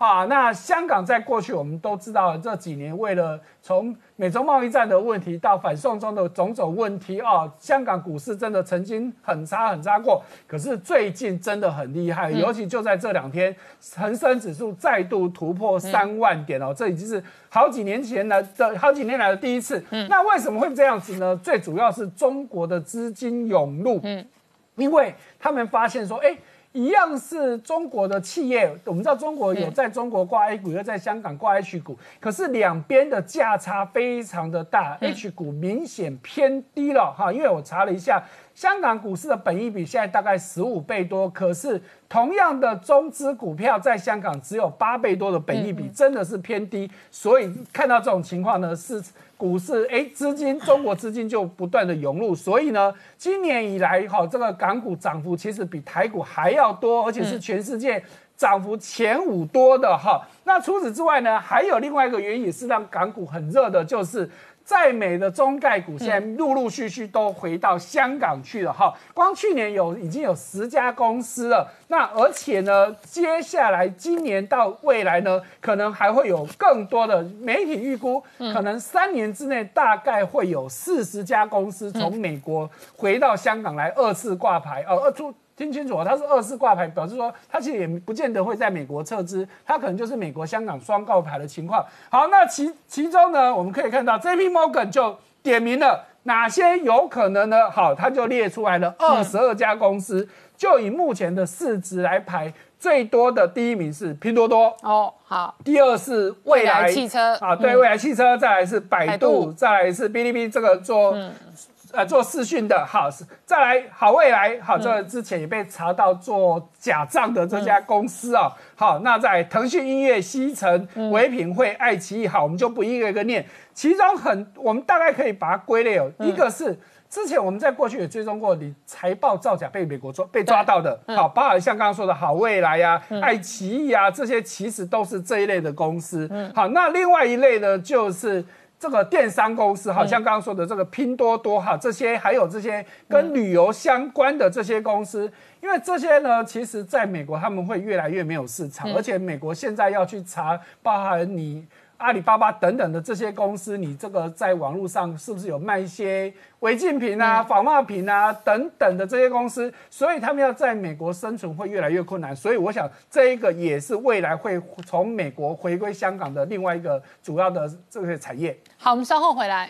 好，那香港在过去我们都知道，这几年为了从美中贸易战的问题到反送中的种种问题香港股市真的曾经很差过，可是最近真的很厉害，尤其就在这2天，恒生指数再度突破3万点这已经是好几年来的第一次。那为什么会这样子呢？最主要是中国的资金涌入，因为他们发现说，一样是中国的企业，我们知道中国有在中国挂 A 股，又在香港挂 H 股，可是两边的价差非常的大，H 股明显偏低了因为我查了一下，香港股市的本益比现在大概15倍多，可是同样的中资股票在香港只有8倍多的本益比，真的是偏低。所以看到这种情况呢，是股市中国资金就不断的涌入，所以呢，今年以来这个港股涨幅其实比台股还要多，而且是全世界涨幅前5多的那除此之外呢，还有另外一个原因也是让港股很热的，就是在美的中概股现在陆续都回到香港去了光去年已经有10家公司了，那而且呢，接下来今年到未来呢，可能还会有更多的媒体预估，可能3年之内大概会有40家公司从美国回到香港来2次挂牌听清楚它是2次挂牌，表示说它其实也不见得会在美国撤资，它可能就是美国香港双挂牌的情况。好，那其中呢，我们可以看到 JP Morgan 就点名了哪些有可能呢？好，他就列出来了22家公司，就以目前的市值来排，最多的第一名是拼多多好， 第二是未来汽车对，未来汽车，再来是百度，再来是哔哩哔哩这个做视讯的，再来好未来，这个之前也被查到做假账的这家公司好，那在腾讯音乐、西城、唯品会、爱奇艺，我们就不一个一个念，其中我们大概可以把它归类一个是之前我们在过去也追踪过，你财报造假被美国被抓到的，包含像刚刚说的好未来爱奇艺这些其实都是这一类的公司。好，那另外一类呢，就是这个电商公司，像刚刚说的这个拼多多这些，还有这些跟旅游相关的这些公司，因为这些呢，其实在美国他们会越来越没有市场，而且美国现在要去查，包含你阿里巴巴等等的这些公司，你这个在网络上是不是有卖一些违禁品仿冒品等等的这些公司，所以他们要在美国生存会越来越困难。所以我想这一个也是未来会从美国回归香港的另外一个主要的这个产业。 好，我们稍后回来。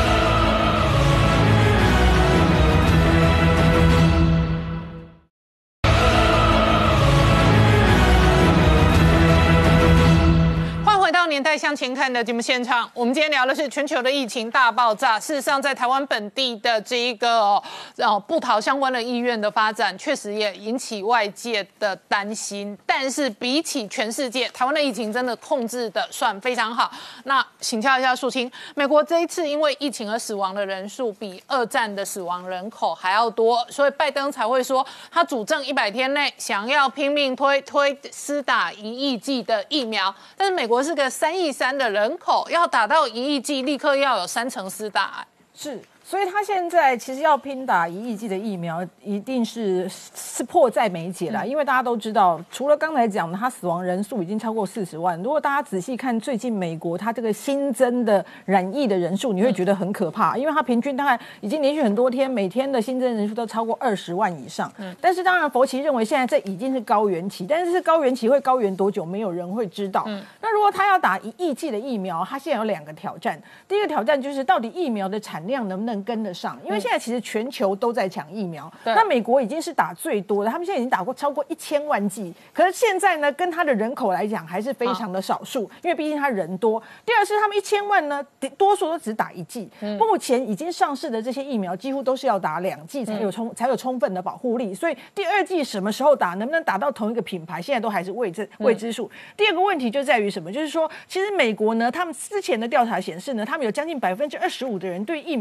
年代向前看的节目现场，我们今天聊的是全球的疫情大爆炸。事实上，在台湾本地的这一个部桃相关的医院的发展，确实也引起外界的担心。但是比起全世界，台湾的疫情真的控制的算非常好。那请教一下素卿，美国这一次因为疫情而死亡的人数比2战的死亡人口还要多，所以拜登才会说他主政100天内想要拼命推施打1亿剂的疫苗。但是美国是个3.3亿的人口，要打到1亿剂，立刻要有30%施打。 是，所以他现在其实要拼打1亿剂的疫苗，一定是迫在眉睫啦。因为大家都知道，除了刚才讲的，他死亡人数已经超过40万。如果大家仔细看最近美国它这个新增的染疫的人数，你会觉得很可怕，因为它平均大概已经连续很多天，每天的新增人数都超过20万以上。但是当然，佛奇认为现在这已经是高原期，但是高原期会高原多久，没有人会知道。那如果他要打1亿剂的疫苗，他现在有2个挑战。第一个挑战就是到底疫苗的产量能不能跟得上？因为现在其实全球都在抢疫苗，那美国已经是打最多的，他们现在已经打过超过1000万剂，可是现在呢，跟他的人口来讲还是非常的少数，因为毕竟他人多。第二是他们1000万呢，多数都只打1剂。目前已经上市的这些疫苗，几乎都是要打2剂才有充分的保护力，所以第2剂什么时候打，能不能打到同一个品牌，现在都还是未知数。第二个问题就在于什么？就是说，其实美国呢，他们之前的调查显示呢，他们有将近25%的人对疫苗是有排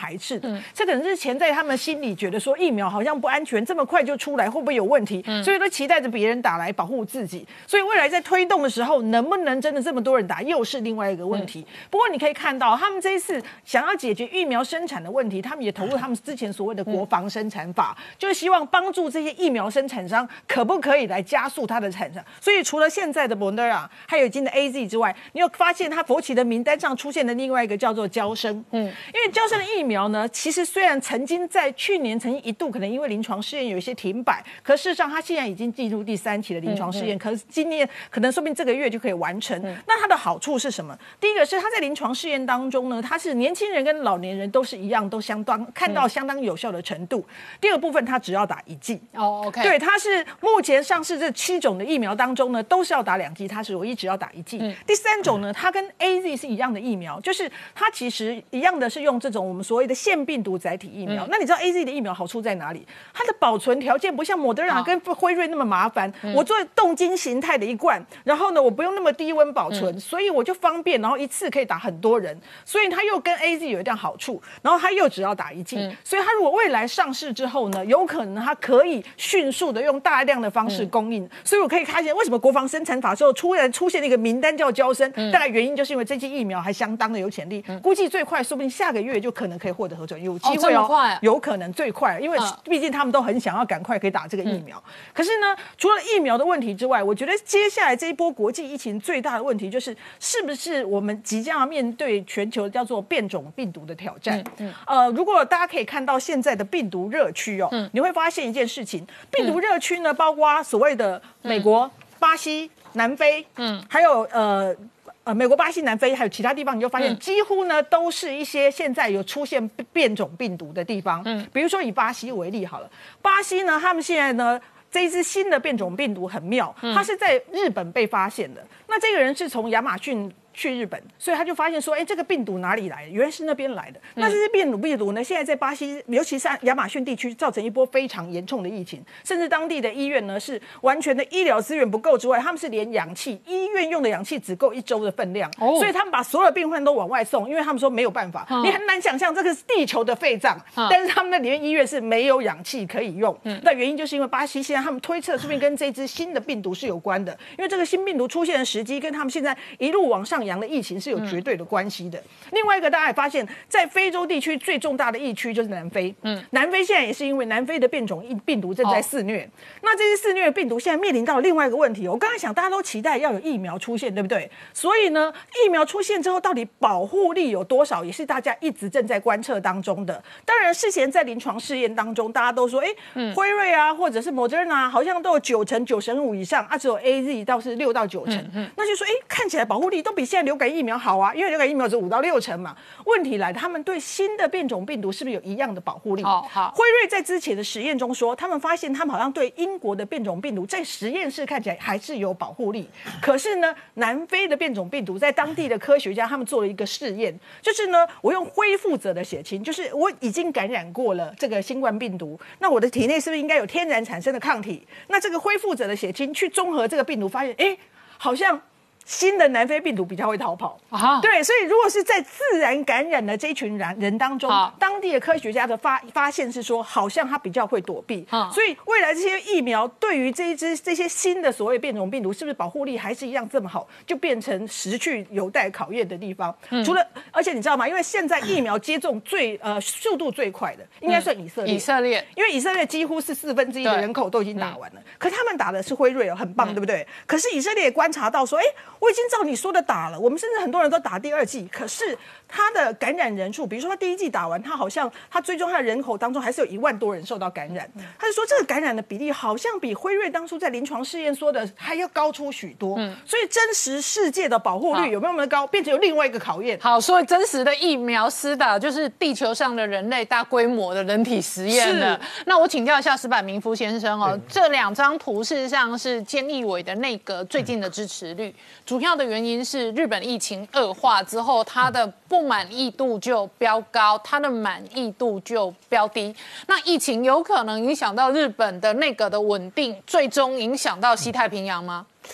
排斥的。这可能是潜在他们心里觉得说疫苗好像不安全，这么快就出来会不会有问题？所以都期待着别人打来保护自己。所以未来在推动的时候，能不能真的这么多人打，又是另外一个问题。不过你可以看到，他们这一次想要解决疫苗生产的问题，他们也投入他们之前所谓的国防生产法，就是希望帮助这些疫苗生产商可不可以来加速它的产生。所以除了现在的 Moderna 还有已经的 AZ 之外，你有发现它佛奇的名单上出现的另外一个叫做嬌生，因为嬌生的疫苗呢，其实虽然曾经在去年曾经一度可能因为临床试验有一些停摆，可事实上它现在已经进入第3期的临床试验，可是今年可能说不定这个月就可以完成。那它的好处是什么？第一个是它在临床试验当中呢，它是年轻人跟老年人都是一样，都相当看到相当有效的程度。第二个部分，它只要打1剂。 OK， 对，它是目前上市这7种的疫苗当中呢，都是要打2剂，它是唯一只要打1剂。第3种呢，它跟 AZ 是一样的疫苗，就是它其实一样的是用这种我们所谓的腺病毒载体疫苗。那你知道 AZ 的疫苗好处在哪里？它的保存条件不像Moderna跟辉瑞那么麻烦，我做动晶形态的一罐，然后呢，我不用那么低温保存，所以我就方便，然后一次可以打很多人，所以它又跟 AZ 有一点好处，然后它又只要打1剂，所以它如果未来上市之后呢，有可能它可以迅速的用大量的方式供应，所以我可以看见为什么国防生产法之后突然出现了一个名单叫嬌生，大概原因就是因为这剂疫苗还相当的有潜力，估计最快说不定下个月就可能可以获得核准，有机会有可能最快，因为毕竟他们都很想要赶快可以打这个疫苗。可是呢，除了疫苗的问题之外，我觉得接下来这一波国际疫情最大的问题就是，是不是我们即将要面对全球叫做变种病毒的挑战？如果大家可以看到现在的病毒热区你会发现一件事情，病毒热区呢，包括所谓的美国、巴西、南非，还有美国、巴西、南非还有其他地方，你就发现几乎呢都是一些现在有出现变种病毒的地方。比如说以巴西为例好了，巴西呢，他们现在呢这一支新的变种病毒很妙，它是在日本被发现的。那这个人是从亚马逊去日本，所以他就发现说，这个病毒哪里来的？原来是那边来的。那这些病毒呢，现在在巴西，尤其是亚马逊地区，造成一波非常严重的疫情，甚至当地的医院呢是完全的医疗资源不够之外，他们是连氧气，医院用的氧气只够1周的分量，所以他们把所有的病患都往外送，因为他们说没有办法，你很难想象这个是地球的肺脏，但是他们那里面医院是没有氧气可以用。那原因就是因为巴西现在他们推测，说不定跟这支新的病毒是有关的，因为这个新病毒出现的时机跟他们现在一路往上扬的疫情是有绝对的关系的。另外一个，大家也发现，在非洲地区最重大的疫区就是南非。南非现在也是因为南非的变种病毒正在肆虐。那这些肆虐的病毒现在面临到另外一个问题。我刚才想，大家都期待要有疫苗出现，对不对？所以呢，疫苗出现之后，到底保护力有多少，也是大家一直正在观测当中的。当然，事前在临床试验当中，大家都说，辉瑞啊，或者是 Moderna 好像都有90%、95%以上，只有 AZ 倒是6到9成。那就说，看起来保护力都比现在流感疫苗好啊，因为流感疫苗只5到6成嘛。问题来了，他们对新的变种病毒是不是有一样的保护力？好，辉瑞在之前的实验中说，他们发现他们好像对英国的变种病毒在实验室看起来还是有保护力，可是呢，南非的变种病毒在当地的科学家他们做了一个试验，就是呢，我用恢复者的血清，就是我已经感染过了这个新冠病毒，那我的体内是不是应该有天然产生的抗体？那这个恢复者的血清去综合这个病毒，发现好像新的南非病毒比较会逃跑对，所以如果是在自然感染的这一群人当中，当地的科学家的发现是说，好像它比较会躲避所以未来这些疫苗对于这些新的所谓变种病毒，是不是保护力还是一样这么好，就变成实去有待考验的地方。除了，而且你知道吗？因为现在疫苗接种速度最快的，应该算以色列，因为以色列几乎是1/4的人口都已经打完了，可他们打的是辉瑞很棒，对不对？可是以色列也观察到说，我已经照你说的打了，我们甚至很多人都打第2剂，可是他的感染人数，比如说他第1剂打完，他好像他追踪他的人口当中还是有1万多人受到感染，他就说这个感染的比例好像比辉瑞当初在临床试验说的还要高出许多，所以真实世界的保护率有没有那么高，变成有另外一个考验。 好，所以真实的疫苗施打就是地球上的人类大规模的人体实验了。那我请教一下矢板明夫先生这2张图事实上是菅义伟的内阁最近的支持率。主要的原因是日本疫情恶化之后，它的不满意度就飙高，它的满意度就飙低。那疫情有可能影响到日本的内阁的稳定，最终影响到西太平洋吗？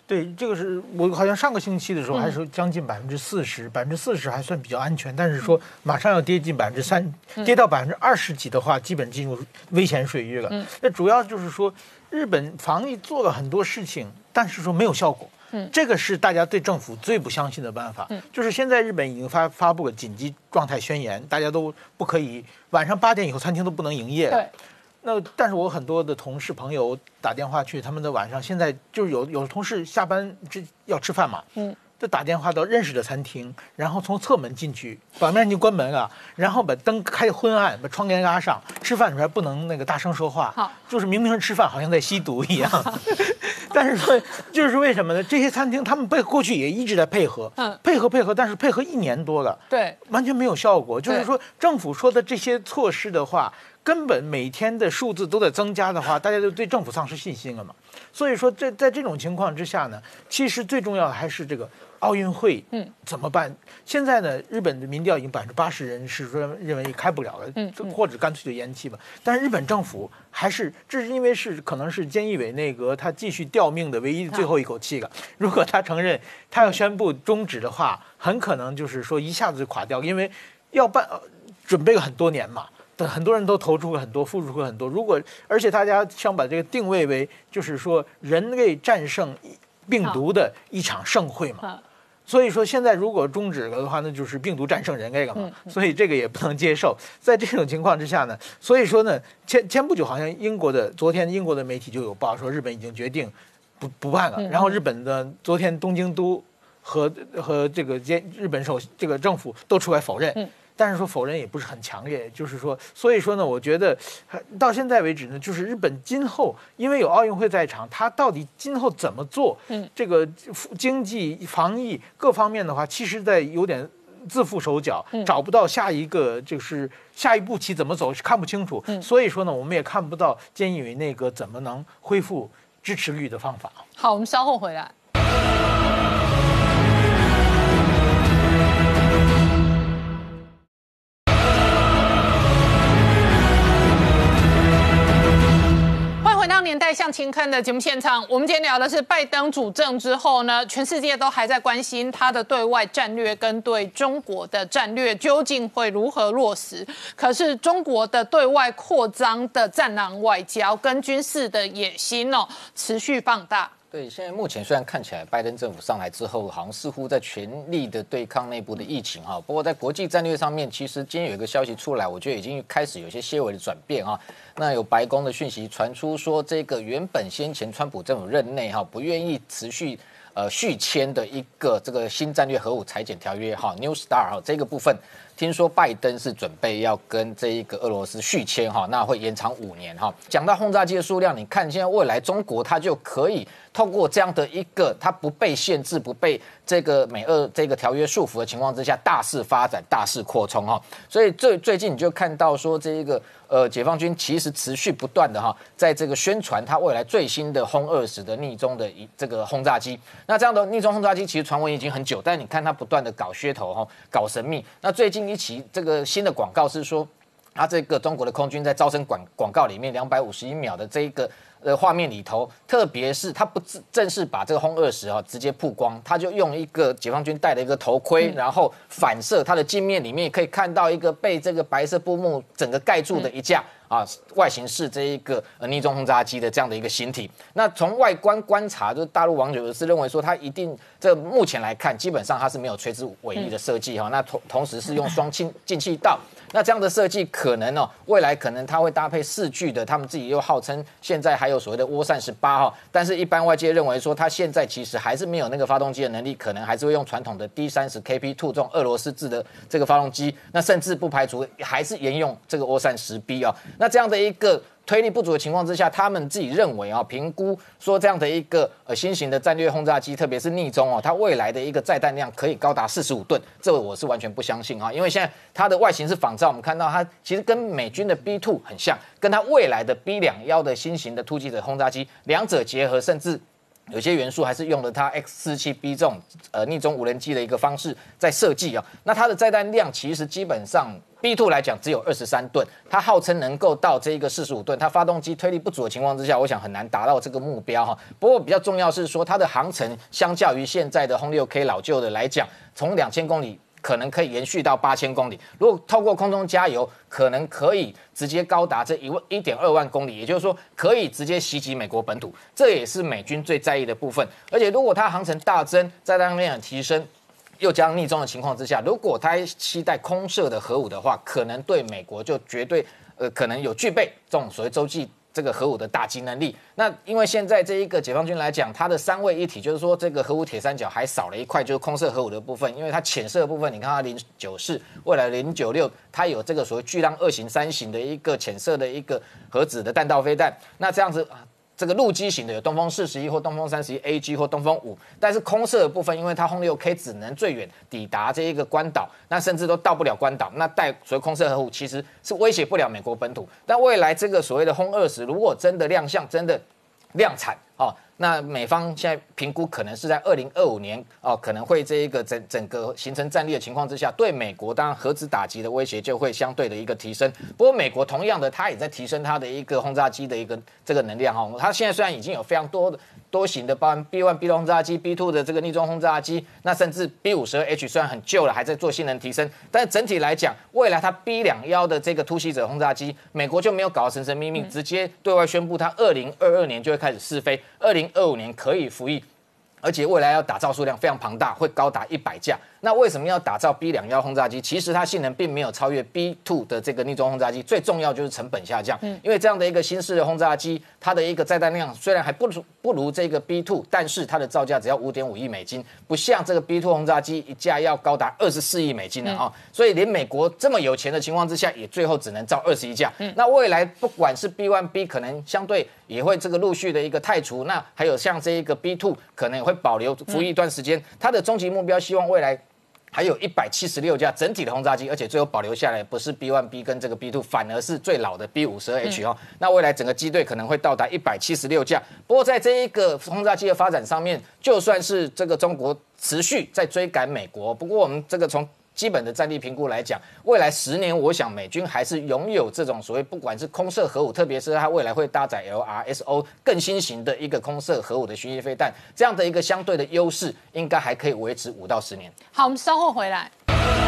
对，这个是我好像上个星期的时候还是将近40%，40%还算比较安全，但是说马上要跌进3%，跌到20%几的话，基本进入危险水域了。那主要就是说，日本防疫做了很多事情，但是说没有效果。这个是大家对政府最不相信的办法。就是现在日本已经发布了紧急状态宣言，大家都不可以晚上8点以后餐厅都不能营业。 对。 那但是我很多的同事朋友打电话去，他们的晚上现在就是有同事下班要吃饭嘛，就打电话到认识的餐厅，然后从侧门进去，把门已经关门了，然后把灯开昏暗，把窗帘拉上，吃饭的时候还不能那个大声说话，就是明明是吃饭，好像在吸毒一样。但是说就是为什么呢？这些餐厅他们过去也一直在配合，配合，但是配合1年多了， 对， 完全没有效果。就是说政府说的这些措施的话，根本每天的数字都在增加的话，大家就对政府丧失信心了嘛。所以说在这种情况之下呢，其实最重要的还是这个奥运会，怎么办？现在呢，日本的民调已经80%人是说认为开不了了，或者干脆就延期吧。但是日本政府还是，这是因为可能是菅义伟内阁他继续吊命的唯一最后一口气了。如果他承认他要宣布终止的话，很可能就是说一下子就垮掉，因为要准备了很多年嘛。很多人都投出了很多，付出了很多。而且大家想把这个定位为，就是说人类战胜病毒的一场盛会嘛。所以说现在如果终止了的话，那就是病毒战胜人类了嘛。所以这个也不能接受。在这种情况之下呢，所以说呢，前不久好像昨天英国的媒体就有报说日本已经决定不办了。然后日本的昨天东京都和这个日本这个政府都出来否认。但是说否认也不是很强烈，就是说，所以说呢，我觉得到现在为止呢，就是日本今后因为有奥运会在场，它到底今后怎么做，这个经济、防疫各方面的话，其实在有点自缚手脚，找不到下一步棋怎么走，看不清楚。所以说呢，我们也看不到菅义伟内阁怎么能恢复支持率的方法。 好，我们稍后回来。年代向前看的节目现场，我们今天聊的是拜登主政之后呢，全世界都还在关心他的对外战略跟对中国的战略究竟会如何落实。可是中国的对外扩张的战狼外交跟军事的野心持续放大。 对，现在目前虽然看起来拜登政府上来之后，好像似乎在全力的对抗内部的疫情哈，不过在国际战略上面，其实今天有一个消息出来，我觉得已经开始有些些微的转变哈。那有白宫的讯息传出说，这个原本先前川普政府任内哈不愿意持续续签的一个这个新战略核武裁减条约哈 New START 哈这个部分，听说拜登是准备要跟这一个俄罗斯续签哈，那会延长5年哈。讲到轰炸机的数量，你看现在未来中国它就可以透过这样的一个它不被限制、不被这个美俄这个条约束缚的情况之下，大肆发展、大肆扩充哈。所以最近你就看到说这一个解放军其实持续不断的哈，在这个宣传它未来最新的轰20的逆中的这个轰炸机。那这样的逆中轰炸机其实传闻已经很久，但你看它不断的搞噱头哈，搞神秘。那最近一期这个新的广告是说，它这个中国的空军在招生广告里面251秒的这一个画面里头，特别是他不正式把这个轰20直接曝光，他就用一个解放军戴的一个头盔，然后反射它的镜面里面可以看到一个被这个白色布幕整个盖住的一架外形是这一个逆中轰炸机的这样的一个形体。那从外观观察，就是大陆网友是认为说，它一定目前来看，基本上它是没有垂直尾翼的设计哈。那同时是用双进气道。那这样的设计可能未来可能它会搭配4具的，他们自己又号称现在还有所谓的涡扇18哈，但是一般外界认为说它现在其实还是没有那个发动机的能力，可能还是会用传统的 D30KP 这种俄罗斯制的这个发动机，那甚至不排除还是沿用这个涡扇10B那这样的一个推力不足的情况之下，他们自己认为评估说这样的一个新型的战略轰炸机，特别是逆中它未来的一个载弹量可以高达45吨，这个我是完全不相信因为现在它的外形是仿照，我们看到它其实跟美军的 B2 很像，跟它未来的 B211的新型的突击者轰炸机两者结合，甚至有些元素还是用了它 X-47B 这种逆中无人机的一个方式在设计啊。那它的载弹量其实基本上 B2 来讲只有23吨，它号称能够到这个45吨，它发动机推力不足的情况之下，我想很难达到这个目标哈。不过比较重要是说它的航程相较于现在的轰 6K 老旧的来讲，从2000公里。可能可以延续到8000公里。如果透过空中加油，可能可以直接高达这1.2万公里，也就是说可以直接袭击美国本土，这也是美军最在意的部分。而且如果它航程大增，载弹量提升，又加上逆中的情况之下，如果它期待空射的核武的话，可能对美国就绝对可能有具备这种所谓洲际。这个核武的打击能力，那因为现在这一个解放军来讲，它的3位一体，就是说这个核武铁三角还少了一块，就是空射核武的部分。因为它潜射的部分，你看它094，未来096，它有这个所谓巨浪2型、3型的一个潜射的一个核子的弹道飞弹。那这样子。这个陆基型的有东风41或东风31 AG 或东风5，但是空射的部分，因为它轰 6K 只能最远抵达这一个关岛，那甚至都到不了关岛，那带所谓空射核武其实是威胁不了美国本土。但未来这个所谓的轰20，如果真的亮相，真的量产哦，那美方现在评估可能是在2025年哦，可能会这一个整个形成战力的情况之下，对美国当然核子打击的威胁就会相对的一个提升。不过美国同样的，它也在提升它的一个轰炸机的一个这个能量哈。它现在虽然已经有非常多型的，包含 B1、B2 轰炸机、B2 的这个逆中轰炸机，那甚至 B52H 虽然很旧了，还在做性能提升，但是整体来讲，未来它 B211的这个突袭者轰炸机，美国就没有搞到神神秘秘，直接对外宣布它2022年就会开始试飞，2025年可以服役，而且未来要打造数量非常庞大，会高达100架。那为什么要打造 B211轰炸机？其实它性能并没有超越 B2 的这个逆中轰炸机，最重要就是成本下降。因为这样的一个新式的轰炸机，它的一个载弹量虽然还不如这个 B2， 但是它的造价只要5.5亿美金，不像这个 B2 轰炸机一架要高达24亿美金了啊！所以连美国这么有钱的情况之下，也最后只能造21架。那未来不管是 B1B 可能相对也会这个陆续的一个汰除，那还有像这一个 B2 可能也会保留服役一段时间。它的终极目标希望未来。还有176架整体的轰炸机，而且最后保留下来不是 B1B 跟这个 B2， 反而是最老的 B52H 哦。那未来整个机队可能会到达176架。不过在这一个轰炸机的发展上面，就算是这个中国持续在追赶美国，不过我们这个从基本的战力评估来讲，未来10年，我想美军还是拥有这种所谓不管是空射核武，特别是它未来会搭载 LRSO 更新型的一个空射核武的巡弋飞弹，这样的一个相对的优势，应该还可以维持5到10年。 好，我们稍后回来。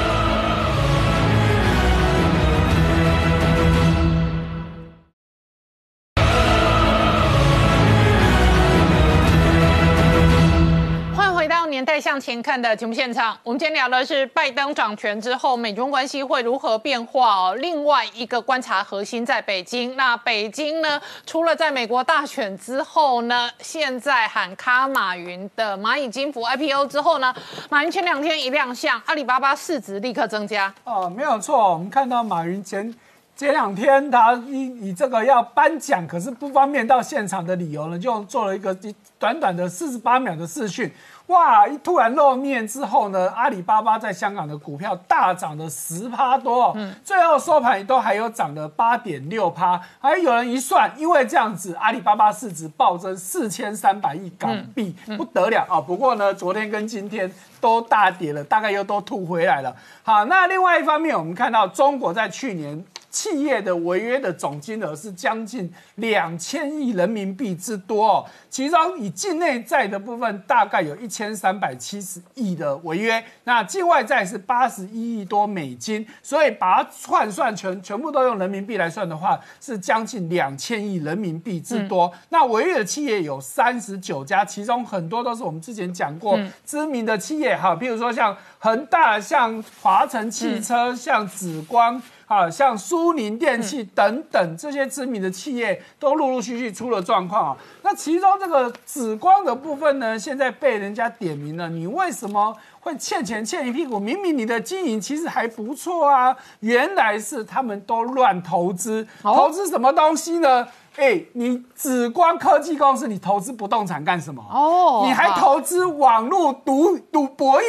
年代向前看的节目现场，我们今天聊的是拜登掌权之后，美中关系会如何变化哦。另外一个观察核心在北京，那北京呢，除了在美国大选之后呢，现在喊卡马云的蚂蚁金服 IPO 之后呢，马云前2天一亮相，阿里巴巴市值立刻增加。 没有错，我们看到马云前2天他以这个要颁奖，可是不方便到现场的理由呢，就做了一个短短的48秒的视讯。哇！一突然露面之后呢，阿里巴巴在香港的股票大涨了10%多，最后收盘都还有涨了8.6%。还有人一算，因为这样子，阿里巴巴市值暴增4300亿港币，不得了啊！不过呢，昨天跟今天都大跌了，大概又都吐回来了。好，那另外一方面，我们看到中国在去年企业的违约的总金额是将近2000亿人民币之多哦，其中以境内债的部分大概有1370亿的违约，那境外债是81亿多美金，所以把它换算全部都用人民币来算的话，是将近2000亿人民币之多。那违约的企业有39家，其中很多都是我们之前讲过知名的企业，哈，譬如说像恒大、像华晨汽车、像紫光。像苏宁电器等等这些知名的企业都陆陆续续出了状况啊。那其中这个紫光的部分呢，现在被人家点名了，你为什么会欠钱欠一屁股？明明你的经营其实还不错啊。原来是他们都乱投资，投资什么东西呢？你紫光科技公司，你投资不动产干什么？你还投资网络赌博弈。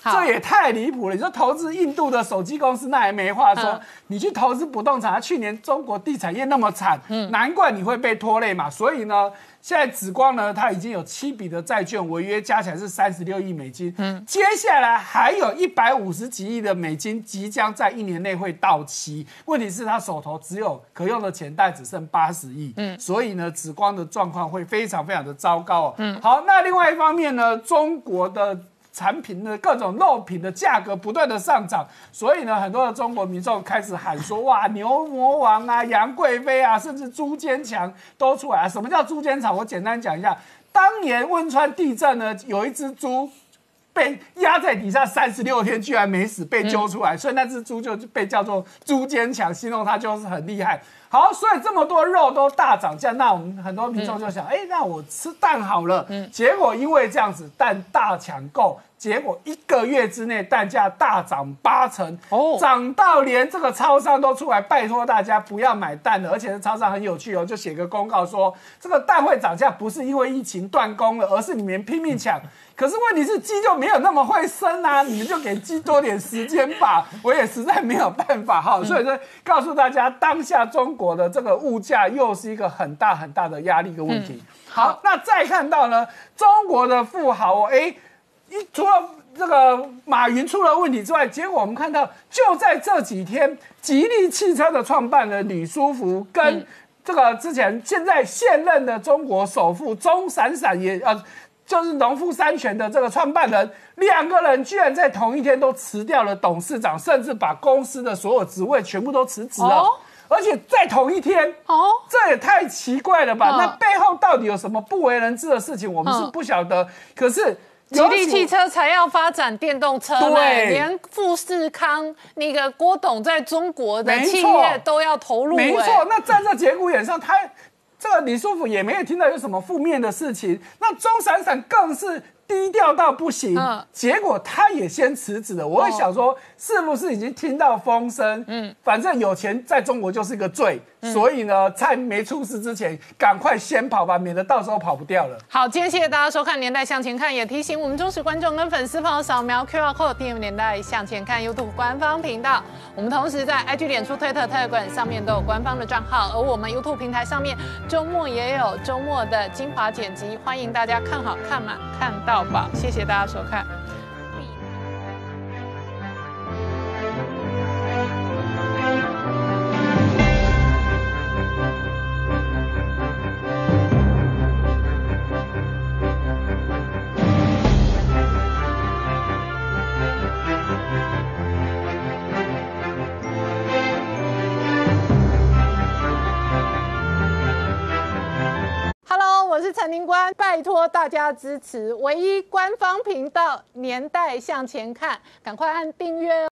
这也太离谱了！你说投资印度的手机公司，那还没话说，你去投资不动产，去年中国地产业那么惨，难怪你会被拖累嘛。所以呢，现在紫光呢，它已经有7笔的债券违约，加起来是36亿美金。接下来还有150几亿的美金即将在1年内会到期。问题是他手头只有可用的钱，大概只剩80亿。所以呢，紫光的状况会非常非常的糟糕哦。好，那另外一方面呢，中国的产品的各种肉品的价格不断的上涨，所以呢，很多的中国民众开始喊说：哇，牛魔王啊，杨贵妃啊，甚至朱坚强都出来了。什么叫朱坚强？我简单讲一下。当年汶川地震呢，有一只猪被压在底下36天，居然没死，被揪出来，所以那只猪就被叫做朱坚强，形容它就是很厉害。好，所以这么多肉都大涨价，那我们很多民众就想，那我吃蛋好了。结果因为这样子，蛋大抢购，结果1个月之内蛋价大涨80%，涨到连这个超商都出来拜托大家不要买蛋了。而且超商很有趣哦，就写个公告说，这个蛋会涨价不是因为疫情断供了，而是你们拼命抢。可是问题是鸡就没有那么会生啊，你们就给鸡多点时间吧。我也实在没有办法哈，所以说告诉大家，当下中国的这个物价又是一个很大很大的压力跟问题。好，那再看到呢，中国的富豪除了这个马云出了问题之外，结果我们看到就在这几天，吉利汽车的创办人李书福跟这个现在现任的中国首富钟闪闪就是农夫山泉的这个创办人，2个人居然在同一天都辞掉了董事长，甚至把公司的所有职位全部都辞职了，而且在同一天，这也太奇怪了吧？那背后到底有什么不为人知的事情，我们是不晓得。可是吉利汽车才要发展电动车，对，连富士康那个郭董在中国的企业都要投入， 没错。那在这节骨眼上，这个李书福也没有听到有什么负面的事情，那钟闪闪更是低调到不行，结果他也先辞职了。我会想说，是不是已经听到风声？反正有钱在中国就是一个罪，所以呢，在没出事之前，赶快先跑吧，免得到时候跑不掉了。 好，今天谢谢大家收看《年代向前看》，也提醒我们忠实观众跟粉丝朋友扫描 QR Code 订阅《年代向前看》YouTube 官方频道。我们同时在 IG、脸书、推特、Telegram 上面都有官方的账号，而我们 YouTube 平台上面周末也有周末的精华剪辑，欢迎大家看好看满看到饱。谢谢大家收看。我是陈宁官，拜托大家支持唯一官方频道《年代向前看》，赶快按订阅哦。